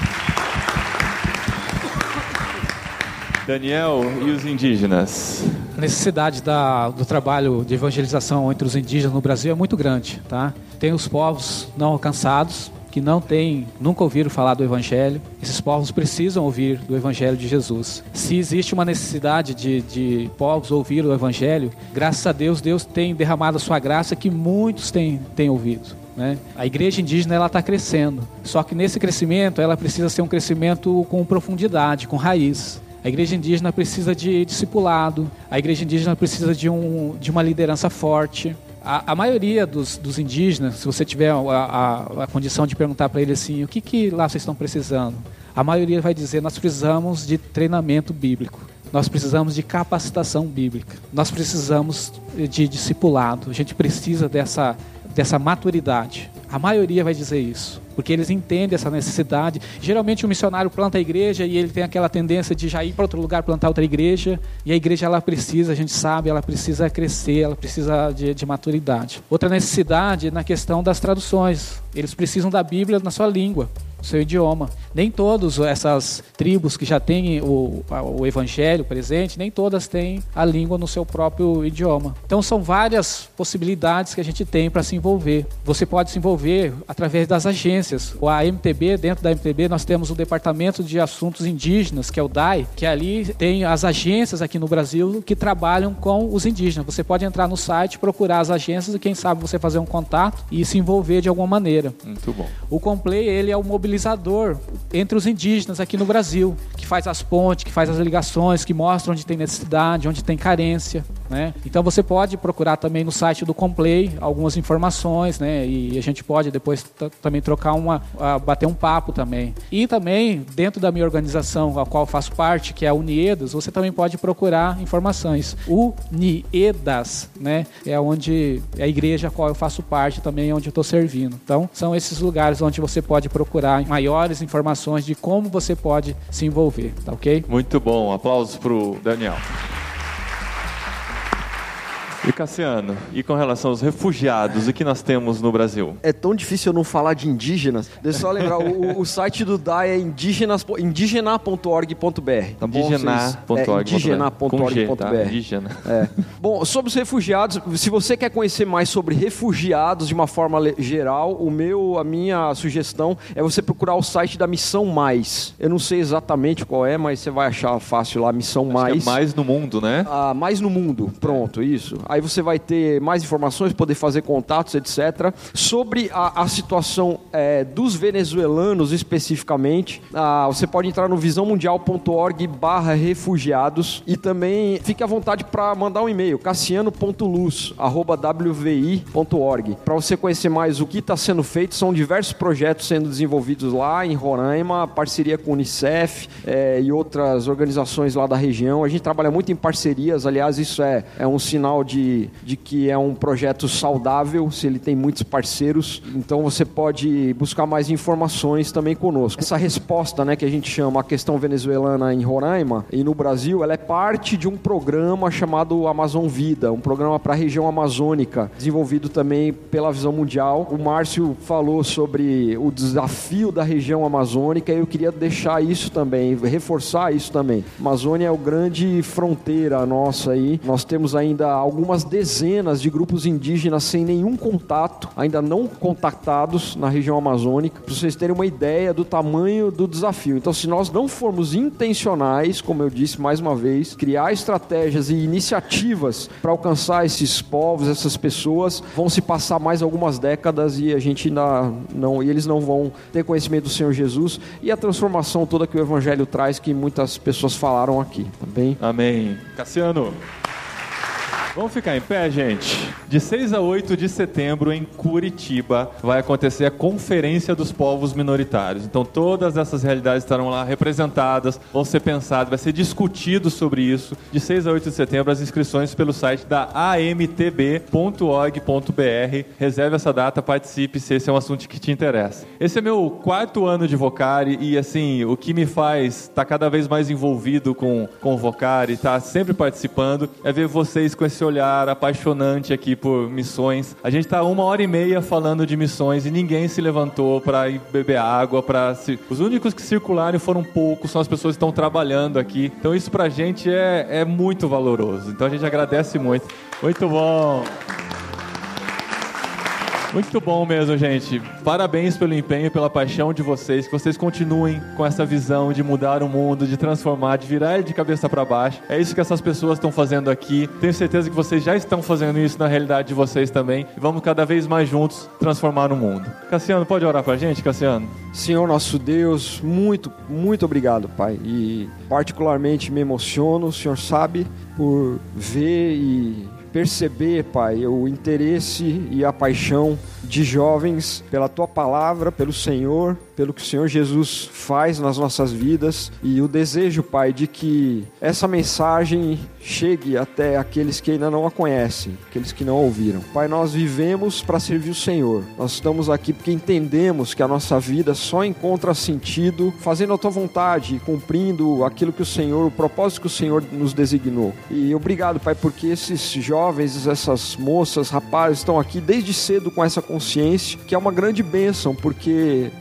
A: Daniel, e os indígenas?
C: A necessidade da, do trabalho de evangelização entre os indígenas no Brasil é muito grande, tá? Tem os povos não alcançados, que não tem, nunca ouviram falar do Evangelho. Esses povos precisam ouvir do Evangelho de Jesus. Se existe uma necessidade de, de povos ouvir o Evangelho, graças a Deus, Deus tem derramado a sua graça que muitos têm, têm ouvido. Né? A igreja indígena ela está crescendo, só que nesse crescimento ela precisa ser um crescimento com profundidade, com raiz. A igreja indígena precisa de discipulado, a igreja indígena precisa de, um, de uma liderança forte. A, a maioria dos, dos indígenas, se você tiver a, a, a condição de perguntar para ele assim, o que, que lá vocês estão precisando? A maioria vai dizer: nós precisamos de treinamento bíblico, nós precisamos de capacitação bíblica, nós precisamos de discipulado, a gente precisa dessa, dessa maturidade. A maioria vai dizer isso, porque eles entendem essa necessidade. Geralmente o missionário planta a igreja e ele tem aquela tendência de já ir para outro lugar plantar outra igreja, e a igreja ela precisa, a gente sabe, ela precisa crescer, ela precisa de, de maturidade. Outra necessidade na questão das traduções, eles precisam da Bíblia na sua língua. o seu idioma. Nem todas essas tribos que já têm o, o evangelho presente, nem todas têm a língua no seu próprio idioma. Então são várias possibilidades que a gente tem para se envolver. Você pode se envolver através das agências. A M T B, dentro da M T B, nós temos o Departamento de Assuntos Indígenas, que é o D A I, que ali tem as agências aqui no Brasil que trabalham com os indígenas. Você pode entrar no site, procurar as agências e quem sabe você fazer um contato e se envolver de alguma maneira.
A: Muito bom.
C: O Complay, ele é o mobilizador entre os indígenas aqui no Brasil, que faz as pontes, que faz as ligações, que mostra onde tem necessidade, onde tem carência, né? Então você pode procurar também no site do Complay algumas informações, né? E a gente pode depois t- também trocar uma, uh, bater um papo também. E também, dentro da minha organização, a qual eu faço parte, que é a Uniedas, você também pode procurar informações. Uniedas, né? É onde é a igreja a qual eu faço parte também, onde eu estou servindo. Então, são esses lugares onde você pode procurar maiores informações de como você pode se envolver, tá ok?
A: Muito bom. Aplausos pro Daniel. E Cassiano, e com relação aos refugiados, o que nós temos no Brasil?
B: É tão difícil eu não falar de indígenas. Deixa eu só lembrar, o, o site do D A I é indígenas, indígena ponto org ponto b r. Tá bom?
A: Indígena ponto org.
B: É, indígena ponto org ponto b r.
A: Indígena.
B: É. Bom, sobre os refugiados, se você quer conhecer mais sobre refugiados de uma forma geral, o meu, a minha sugestão é você procurar o site da Missão Mais. Eu não sei exatamente qual é, mas você vai achar fácil lá, Missão
A: Acho
B: Mais.
A: que é mais no mundo, né?
B: Ah, mais no mundo, pronto, isso. Aí você vai ter mais informações, poder fazer contatos, etcétera. Sobre a, a situação é, dos venezuelanos especificamente, ah, você pode entrar no visão mundial ponto org barra refugiados e também fique à vontade para mandar um e-mail, cassiano ponto luz arroba w v i ponto org, para você conhecer mais o que está sendo feito. São diversos projetos sendo desenvolvidos lá em Roraima, parceria com o Unicef é, e outras organizações lá da região. A gente trabalha muito em parcerias, aliás, isso é, é um sinal de de que é um projeto saudável, se ele tem muitos parceiros. Então você pode buscar mais informações também conosco. Essa resposta, né, que a gente chama a questão venezuelana em Roraima e no Brasil, ela é parte de um programa chamado Amazon Vida, um programa para a região amazônica, desenvolvido também pela Visão Mundial. O Márcio falou sobre o desafio da região amazônica e eu queria deixar isso também, reforçar isso também. A Amazônia é o grande fronteira nossa aí. Nós temos ainda algumas dezenas de grupos indígenas sem nenhum contato, ainda não contactados na região amazônica, para vocês terem uma ideia do tamanho do desafio. Então, se nós não formos intencionais, como eu disse mais uma vez, criar estratégias e iniciativas para alcançar esses povos, essas pessoas, vão se passar mais algumas décadas e a gente ainda não, e eles não vão ter conhecimento do Senhor Jesus e a transformação toda que o Evangelho traz, que muitas pessoas falaram aqui, tá bem?
A: Amém. Cassiano. Vamos ficar em pé, gente? De seis a oito de setembro, em Curitiba, vai acontecer a Conferência dos Povos Minoritários. Então, todas essas realidades estarão lá representadas, vão ser pensadas, vai ser discutido sobre isso. De seis a oito de setembro, as inscrições pelo site da a m t b ponto org ponto b r. Reserve essa data, participe, se esse é um assunto que te interessa. Esse é meu quarto ano de Vocari e, assim, o que me faz estar cada vez mais envolvido com, com o Vocari, estar sempre participando, é ver vocês com esse olhar apaixonante aqui por missões. A gente está uma hora e meia falando de missões e ninguém se levantou para ir beber água. Pra... Os únicos que circularam foram poucos, são as pessoas que estão trabalhando aqui. Então isso pra gente é, é muito valoroso. Então a gente agradece muito. Muito bom. Muito bom mesmo, gente. Parabéns pelo empenho e pela paixão de vocês. Que vocês continuem com essa visão de mudar o mundo, de transformar, de virar ele de cabeça para baixo. É isso que essas pessoas estão fazendo aqui. Tenho certeza que vocês já estão fazendo isso na realidade de vocês também. E vamos cada vez mais juntos transformar o mundo. Cassiano, pode orar pra gente, Cassiano?
B: Senhor nosso Deus, muito, muito obrigado, Pai. E particularmente me emociono, o Senhor sabe, por ver e perceber, Pai, o interesse e a paixão de jovens pela Tua Palavra, pelo Senhor, pelo que o Senhor Jesus faz nas nossas vidas e o desejo, Pai, de que essa mensagem chegue até aqueles que ainda não a conhecem, aqueles que não a ouviram. Pai, nós vivemos para servir o Senhor. Nós estamos aqui porque entendemos que a nossa vida só encontra sentido fazendo a Tua vontade e cumprindo aquilo que o Senhor, o propósito que o Senhor nos designou. E obrigado, Pai, porque esses jovens, essas moças, rapazes estão aqui desde cedo com essa consciência, que é uma grande bênção, porque provavelmente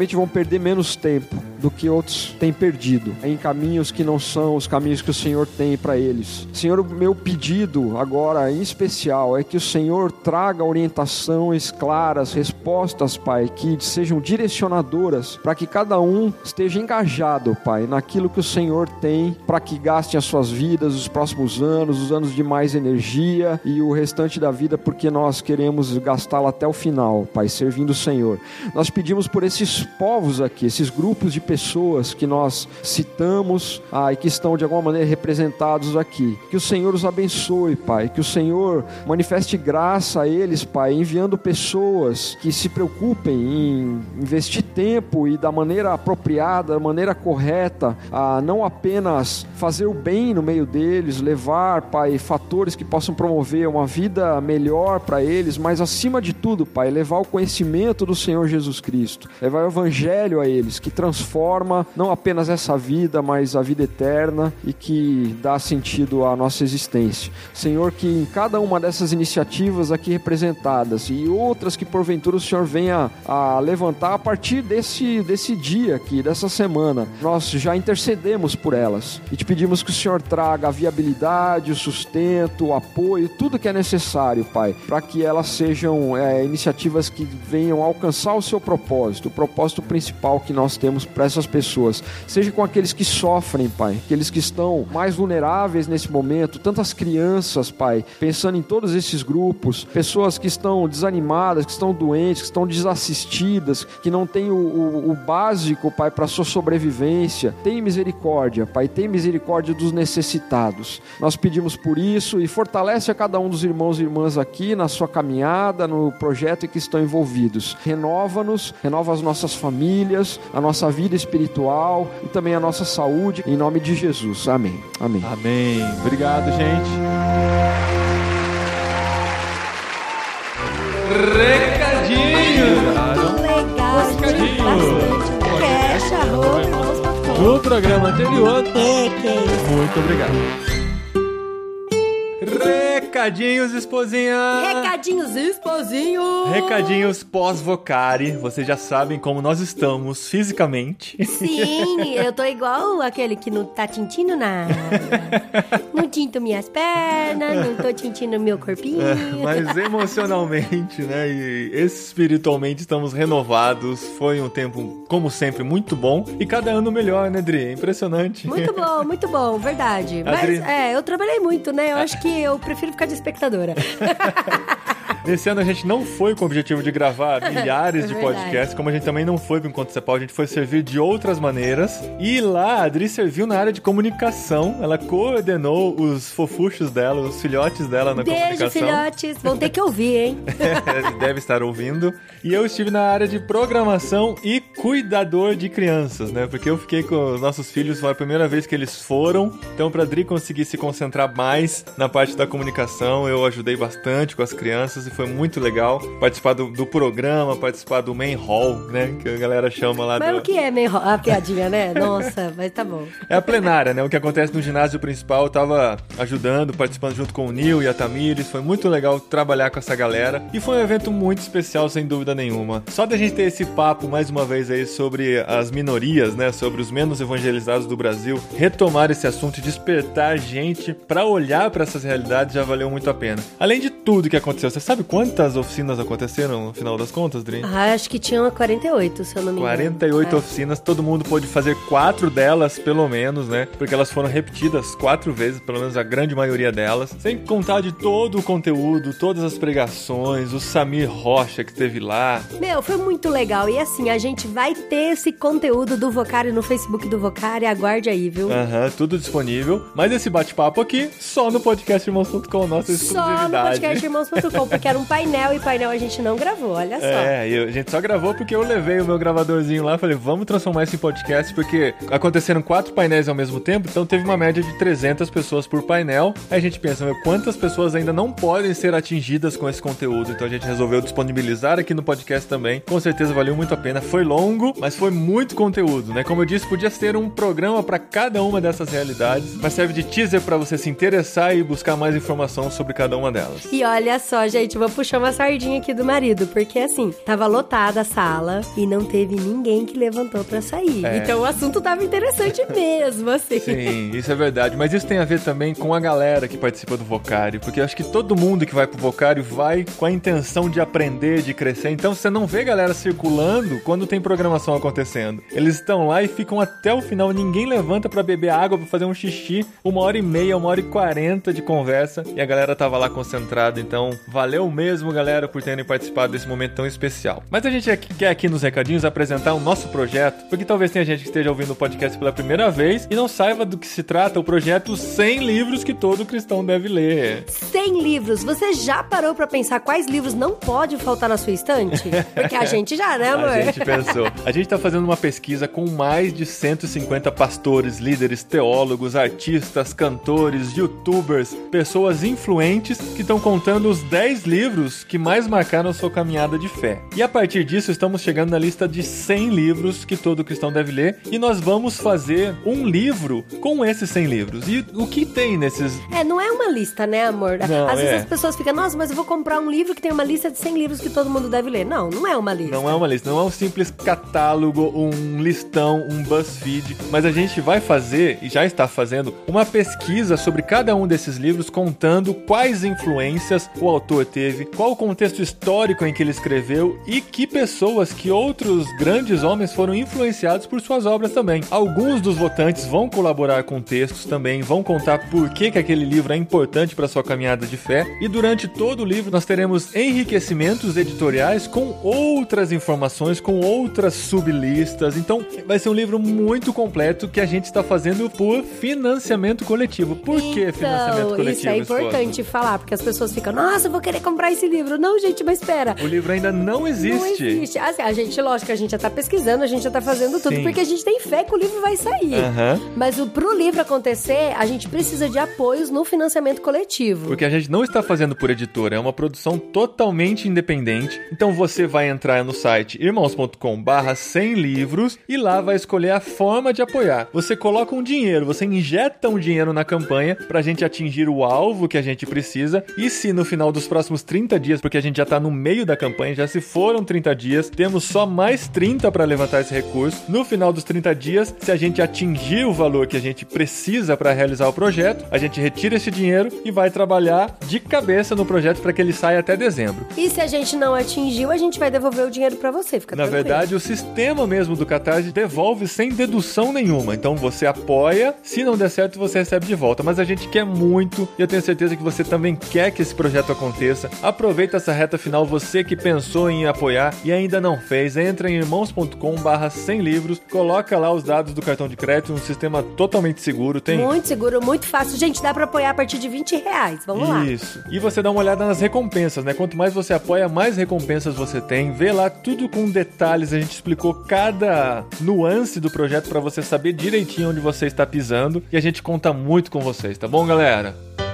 B: provavelmente vão perder menos tempo do que outros têm perdido em caminhos que não são os caminhos que o Senhor tem para eles. Senhor, o meu pedido agora em especial é que o Senhor traga orientações claras, respostas, Pai, que sejam direcionadoras para que cada um esteja engajado, Pai, naquilo que o Senhor tem para que gastem as suas vidas, os próximos anos, os anos de mais energia e o restante da vida, porque nós queremos gastá-la até o final, Pai, servindo o Senhor. Nós pedimos por esses povos aqui, esses grupos de pessoas que nós citamos ah, e que estão de alguma maneira representados aqui. Que o Senhor os abençoe, Pai. Que o Senhor manifeste graça a eles, Pai, enviando pessoas que se preocupem em investir tempo e da maneira apropriada, da maneira correta, a não apenas fazer o bem no meio deles, levar, Pai, fatores que possam promover uma vida melhor para eles, mas acima de tudo, Pai, levar o conhecimento do Senhor Jesus Cristo, levar o Evangelho a eles, que transforma não apenas essa vida, mas a vida eterna e que dá sentido à nossa existência. Senhor, que em cada uma dessas iniciativas aqui representadas e outras que porventura o Senhor venha a levantar a partir desse, desse dia aqui, dessa semana, nós já intercedemos por elas e te pedimos que o Senhor traga a viabilidade, o sustento, o apoio, tudo que é necessário, Pai, para que elas sejam é, iniciativas que venham alcançar o seu propósito, o propósito principal que nós temos para essas pessoas, seja com aqueles que sofrem, Pai, aqueles que estão mais vulneráveis nesse momento, tantas crianças, Pai, pensando em todos esses grupos, pessoas que estão desanimadas, que estão doentes, que estão desassistidas, que não têm o, o, o básico, Pai, para a sua sobrevivência. Tem misericórdia, Pai, tem misericórdia dos necessitados. Nós pedimos por isso e fortalece a cada um dos irmãos e irmãs aqui na sua caminhada, no projeto em que estão envolvidos. Renova-nos, renova as nossas famílias, a nossa vida espiritual e também a nossa saúde, em nome de Jesus. Amém. Amém.
A: Amém. Obrigado, gente. Recadinho.
H: Muito legal.
A: Recadinho.
H: Cash, arroba, irmãos ponto com.
A: No programa anterior.
H: É, que é isso.
A: Muito obrigado. Recadinhos, esposinha!
H: Recadinhos, esposinho!
A: Recadinhos pós-vocare. Vocês já sabem como nós estamos fisicamente.
H: Sim, eu tô igual aquele que não tá tintindo nada. Não tinto minhas pernas, não tô tintindo meu corpinho.
A: É, mas emocionalmente, né, e espiritualmente estamos renovados. Foi um tempo, como sempre, muito bom. E cada ano melhor, né, Dri? É impressionante.
H: Muito bom, muito bom, verdade.
A: Adri...
H: Mas, é, eu trabalhei muito, né? Eu acho que eu prefiro ficar de espectadora.
A: Nesse ano a gente não foi com o objetivo de gravar milhares
H: é
A: de
H: verdade.
A: podcasts, como a gente também não foi para o Encontro Cepal, a gente foi servir de outras maneiras. E lá a Adri serviu na área de comunicação, ela coordenou os fofuchos dela, os filhotes dela na
H: Beijo,
A: comunicação.
H: filhotes, vão ter que ouvir, hein?
A: Deve estar ouvindo. E eu estive na área de programação e cuidador de crianças, né? Porque eu fiquei com os nossos filhos, foi a primeira vez que eles foram. Então, pra Adri conseguir se concentrar mais na parte da comunicação, eu ajudei bastante com as crianças e foi muito legal participar do, do programa, participar do main hall, né? Que a galera chama lá.
H: Mas
A: do...
H: o que é meio a piadinha, né? Nossa, mas tá bom.
A: É a plenária, né? O que acontece no ginásio principal, eu tava ajudando, participando junto com o Nil e a Tamires. Foi muito legal trabalhar com essa galera. E foi um evento muito especial, sem dúvida nenhuma. Só da gente ter esse papo, mais uma vez aí, sobre as minorias, né? Sobre os menos evangelizados do Brasil. Retomar esse assunto e despertar gente pra olhar pra essas realidades já valeu muito a pena. Além de tudo que aconteceu, você sabe quantas oficinas aconteceram no final das contas, Dri?
H: Ah, acho que tinha quarenta e oito, se eu não me engano.
A: quarenta e oito
H: é.
A: oficinas, todo mundo pôde fazer quatro delas, pelo menos, né? Porque elas foram repetidas quatro vezes, pelo menos a grande maioria delas. Sem contar de todo o conteúdo, todas as pregações, o Samir Rocha que esteve lá.
H: Meu, foi muito legal. E assim, a gente vai ter esse conteúdo do Vocari no Facebook do Vocari, aguarde aí, viu?
A: Aham, uhum, tudo disponível. Mas esse bate-papo aqui, só no podcast irmãos ponto com, nossa exclusividade.
H: Só no podcast irmãos ponto com, porque era um painel e painel a gente não gravou, olha só.
A: É, e a gente só gravou porque eu levei o meu gravadorzinho lá, falei, vamos transformar isso em podcast, porque aconteceram quatro painéis ao mesmo tempo, então teve uma média de trezentas pessoas por painel. Aí a gente pensa, meu, quantas pessoas ainda não podem ser atingidas com esse conteúdo? Então a gente resolveu disponibilizar aqui no podcast também. Com certeza valeu muito a pena. Foi longo, mas foi muito conteúdo, né? Como eu disse, podia ser um programa para cada uma dessas realidades, mas serve de teaser para você se interessar e buscar mais informação sobre cada uma delas.
H: E olha só, gente, vou puxar uma sardinha aqui do marido, porque assim, tava lotada a sala e não teve ninguém que levantou pra sair.
A: É.
H: Então o assunto tava interessante mesmo, assim.
A: Sim, isso é verdade. Mas isso tem a ver também com a galera que participa do Vocário, porque eu acho que todo mundo que vai pro Vocário vai com a intenção de aprender, de crescer. Então você não vê galera circulando quando tem programação acontecendo. Eles estão lá e ficam até o final. Ninguém levanta pra beber água, pra fazer um xixi. Uma hora e meia, uma hora e quarenta de conversa. E a galera tava lá concentrada. Então, valeu mesmo, galera, por terem participado desse momento tão especial. Mas a gente quer aqui nos recadinhos apresentar o nosso projeto, porque talvez tenha gente que esteja ouvindo o podcast pela primeira vez e não saiba do que se trata o projeto cem livros que todo cristão deve ler.
H: cem livros. Você já parou pra pensar quais livros não pode faltar na sua estante? Porque a gente já, né, amor?
A: A gente pensou. A gente tá fazendo uma pesquisa com mais de cento e cinquenta pastores, líderes, teólogos, artistas, cantores, youtubers, pessoas influentes que estão contando os dez livros que mais marcaram sua caminhada de fé. E a partir disso, estamos chegando na lista de cem livros que todo cristão deve ler e nós vamos fazer um livro com esses cem livros. E o que tem nesses...
H: É, não é uma lista, né, amor?
A: Não,
H: Às vezes
A: é.
H: as pessoas ficam, nossa, mas eu vou comprar um livro que tem uma lista de cem livros que todo mundo deve ler. Não, não é uma lista.
A: Não é uma lista, não é um simples catálogo, um listão, um BuzzFeed, mas a gente vai fazer, e já está fazendo, uma pesquisa sobre cada um desses livros, contando quais influências o autor teve, qual o contexto histórico em que ele escreveu e que pessoas, que outros grandes homens foram influenciados por suas obras também. Alguns dos votantes vão colaborar com textos também, vão contar por que, que aquele livro é importante para sua caminhada de fé, e durante todo o livro nós teremos enriquecimentos editoriais com outras informações, com outras sublistas. Então vai ser um livro muito completo que a gente está fazendo por financiamento coletivo. Por
H: então,
A: que financiamento coletivo?
H: Isso é importante
A: esposa?
H: falar, porque as pessoas ficam, nossa, eu vou querer comprar esse livro. Não, gente, mas espera.
A: O livro ainda não existe.
H: Não existe. Assim, a gente, lógico, a gente já tá pesquisando, a gente já tá fazendo tudo,
A: Sim.
H: porque a gente tem fé que o livro vai sair.
A: Uhum.
H: Mas o, pro livro acontecer, a gente precisa de apoios no financiamento coletivo.
A: Porque a gente não está fazendo por editora, é uma produção totalmente independente. Então você vai entrar no site irmãos ponto com barra cem livros e lá vai escolher a forma de apoiar. Você coloca um dinheiro, você injeta um dinheiro na campanha pra gente atingir o alvo que a gente precisa. E se no final dos próximos trinta dias, porque a gente já tá no meio da campanha, já se foram trinta dias, temos só mais trinta para levantar esse recurso. No final dos trinta dias, se a gente atingir o valor que a gente precisa para realizar o projeto, a gente retira esse dinheiro e vai trabalhar de cabeça no projeto para que ele saia até dezembro.
H: E se a gente não atingiu, a gente vai devolver o dinheiro pra você, fica
A: Na
H: tranquilo.
A: verdade, o sistema mesmo do Catarse devolve sem dedução nenhuma. Então você apoia, se não der certo, você recebe de volta. Mas a gente quer muito e eu tenho certeza que você também quer que esse projeto aconteça. Aproveita essa reta final, você que pensou em apoiar e ainda não fez, entra em irmãos ponto com barra cem livros, coloca lá os dados do cartão de crédito, um sistema totalmente seguro. Tem...
H: Muito seguro, muito fácil. Gente, dá pra apoiar a partir de vinte reais. Vamos lá.
A: Isso. E você dá uma olhada nas recompensas, né? Quanto mais você apoia, mais recompensas você tem. Vê lá tudo com detalhes. A gente explicou cada nuance do projeto pra você saber direitinho onde você está pisando. E a gente conta muito com vocês, tá bom, galera?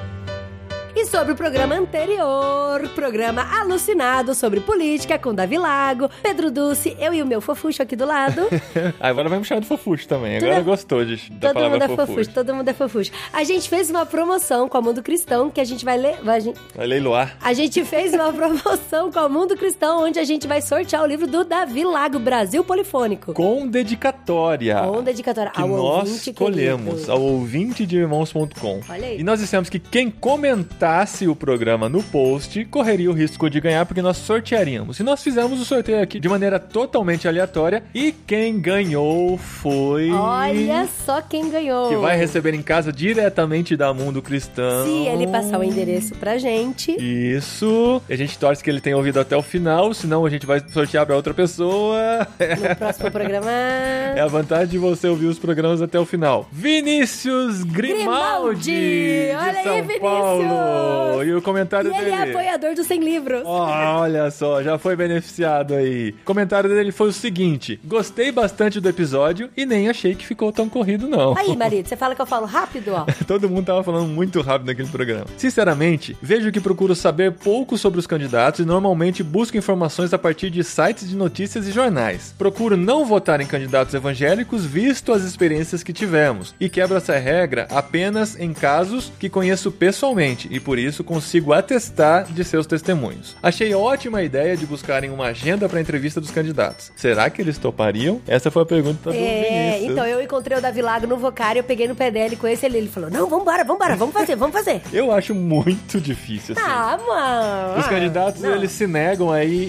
H: E sobre o programa anterior, programa alucinado sobre política com Davi Lago, Pedro Dulce, eu e o meu fofucho aqui do lado.
A: Agora vai me chamar de fofucho também.
H: Tudo
A: Agora
H: é...
A: gostou de, da
H: todo
A: palavra
H: mundo é
A: fofucho.
H: fofucho. Todo mundo é fofucho. A gente fez uma promoção com a Mundo Cristão, que a gente vai ler... A gente...
A: Vai leiloar.
H: A gente fez uma promoção com a Mundo Cristão, onde a gente vai sortear o livro do Davi Lago, Brasil Polifônico.
A: Com dedicatória.
H: Com dedicatória
A: que
H: ao
A: nós
H: ouvinte
A: escolhemos,
H: querido.
A: ao ouvinte de irmãos ponto com.
H: Olha aí.
A: E nós dissemos que quem comentasse o programa no post correria o risco de ganhar, porque nós sortearíamos. E nós fizemos o sorteio aqui de maneira totalmente aleatória. E quem ganhou foi...
H: Olha só quem ganhou.
A: Que vai receber em casa diretamente da Mundo Cristão.
H: Se ele passar o endereço pra gente.
A: Isso. E a gente torce que ele tenha ouvido até o final, senão a gente vai sortear pra outra pessoa.
H: No próximo programa.
A: É a vantagem de você ouvir os programas até o final. Vinícius Grimaldi,
H: Grimaldi.
A: de
H: Olha
A: São
H: aí, Vinícius.
A: Paulo. E o comentário
H: E
A: dele...
H: ele é apoiador dos cem livros.
A: Oh, olha só, já foi beneficiado aí. O comentário dele foi o seguinte: gostei bastante do episódio e nem achei que ficou tão corrido, não.
H: Aí, marido, você fala que eu falo rápido, ó.
A: Todo mundo tava falando muito rápido naquele programa. Sinceramente, vejo que procuro saber pouco sobre os candidatos e normalmente busco informações a partir de sites de notícias e jornais. Procuro não votar em candidatos evangélicos visto as experiências que tivemos e quebro essa regra apenas em casos que conheço pessoalmente e por por isso consigo atestar de seus testemunhos. Achei ótima a ideia de buscarem uma agenda para a entrevista dos candidatos. Será que eles topariam? Essa foi a pergunta do
H: É,
A: Vinícius.
H: então eu encontrei o Davi Lago no Vocário, eu peguei no pé dele com esse ele, ele falou, não, vambora, vambora, vamos fazer, vamos fazer.
A: Eu acho muito difícil, assim.
H: Ah, mano.
A: Os candidatos,
H: não.
A: eles se negam aí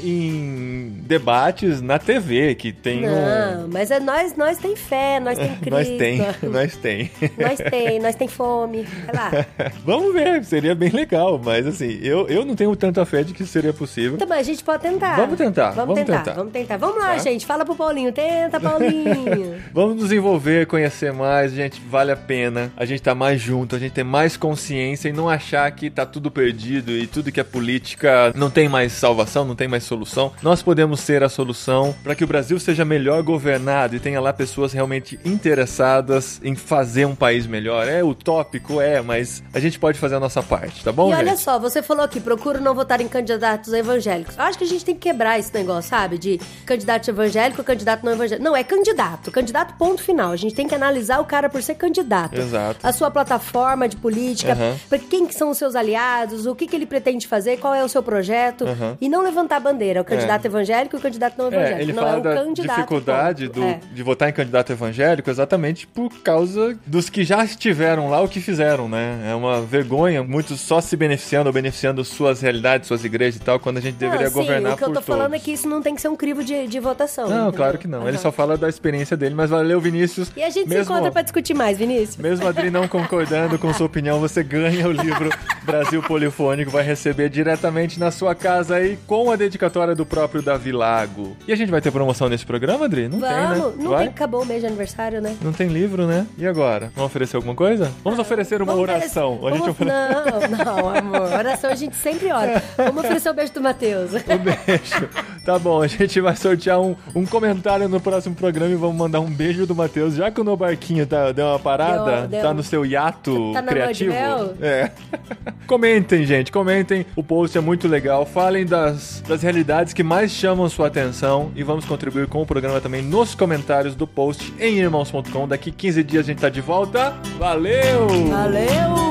A: em debates na T V, que tem
H: Não,
A: um...
H: mas é nós, nós tem fé, nós tem Cristo.
A: Nós tem, nós tem.
H: Nós tem, nós tem fome. Vai lá.
A: Vamos ver, seria bem legal, mas assim, eu, eu não tenho tanta fé de que isso seria possível.
H: Então, mas a gente pode tentar.
A: Vamos tentar,
H: Vamos,
A: vamos
H: tentar,
A: tentar.
H: vamos tentar. Vamos lá,
A: Tá?
H: gente. Fala pro Paulinho. Tenta, Paulinho.
A: Vamos nos envolver, conhecer mais, gente, vale a pena. A gente tá mais junto, a gente tem mais consciência e não achar que tá tudo perdido e tudo que é política não tem mais salvação, não tem mais solução. Nós podemos ser a solução para que o Brasil seja melhor governado e tenha lá pessoas realmente interessadas em fazer um país melhor. É utópico, é, mas a gente pode fazer a nossa parte, tá bom,
H: E olha
A: gente?
H: só, você falou aqui, procuro não votar em candidatos evangélicos. Eu acho que a gente tem que quebrar esse negócio, sabe? De candidato evangélico, candidato não evangélico. Não, é candidato. Candidato, ponto final. A gente tem que analisar o cara por ser candidato.
A: Exato.
H: A sua plataforma de política,
A: Uhum.
H: pra quem que são os seus aliados, o que, que ele pretende fazer, qual é o seu projeto.
A: Uhum.
H: E não levantar a bandeira. O candidato evangélico e o candidato não evangélico.
A: É, ele
H: não
A: fala
H: é o
A: da
H: candidato.
A: dificuldade
H: ponto.
A: do,
H: É.
A: de votar em candidato evangélico exatamente por causa dos que já estiveram lá, o que fizeram, né? É uma vergonha, muitos só se beneficiando ou beneficiando suas realidades, suas igrejas e tal, quando a gente deveria
H: Não, sim,
A: governar
H: o que eu
A: por
H: tô falando
A: todos.
H: é que isso não tem que ser um crivo de, de votação.
A: Não,
H: entendeu?
A: claro que não. Ele
H: Aham.
A: só fala da experiência dele, mas valeu, Vinícius.
H: E a gente
A: mesmo,
H: se encontra pra discutir mais, Vinícius.
A: Mesmo a Adri não concordando com sua opinião, você ganha o livro Brasil Polifônico, vai receber diretamente na sua casa aí com a dedicatória do próprio Davi Lago. E a gente vai ter promoção nesse programa, Adri? Não
H: Vamos,
A: tem, né?
H: não
A: Vai?
H: tem, acabou o mês de aniversário, né?
A: Não tem livro, né? E agora? Vamos oferecer alguma coisa? Vamos oferecer uma
H: Vamos
A: oração.
H: oferecer-
A: A gente
H: vamos-
A: oferece
H: Não, não, amor. Oração a gente sempre ora. Vamos oferecer o beijo do Matheus.
A: um beijo. Tá bom, a gente vai sortear um, um comentário no próximo programa e vamos mandar um beijo do Matheus. Já que o meu barquinho tá, deu uma parada,
H: Deu- deu.
A: tá no seu hiato
H: Tá na lua de
A: criativo.
H: mel?
A: É. Comentem, gente, comentem. O post é muito legal. Falem das, das realidades que mais chamam sua atenção e vamos contribuir com o programa também nos comentários do post em irmãos ponto com. Daqui quinze dias a gente tá de volta. Valeu!
H: Valeu!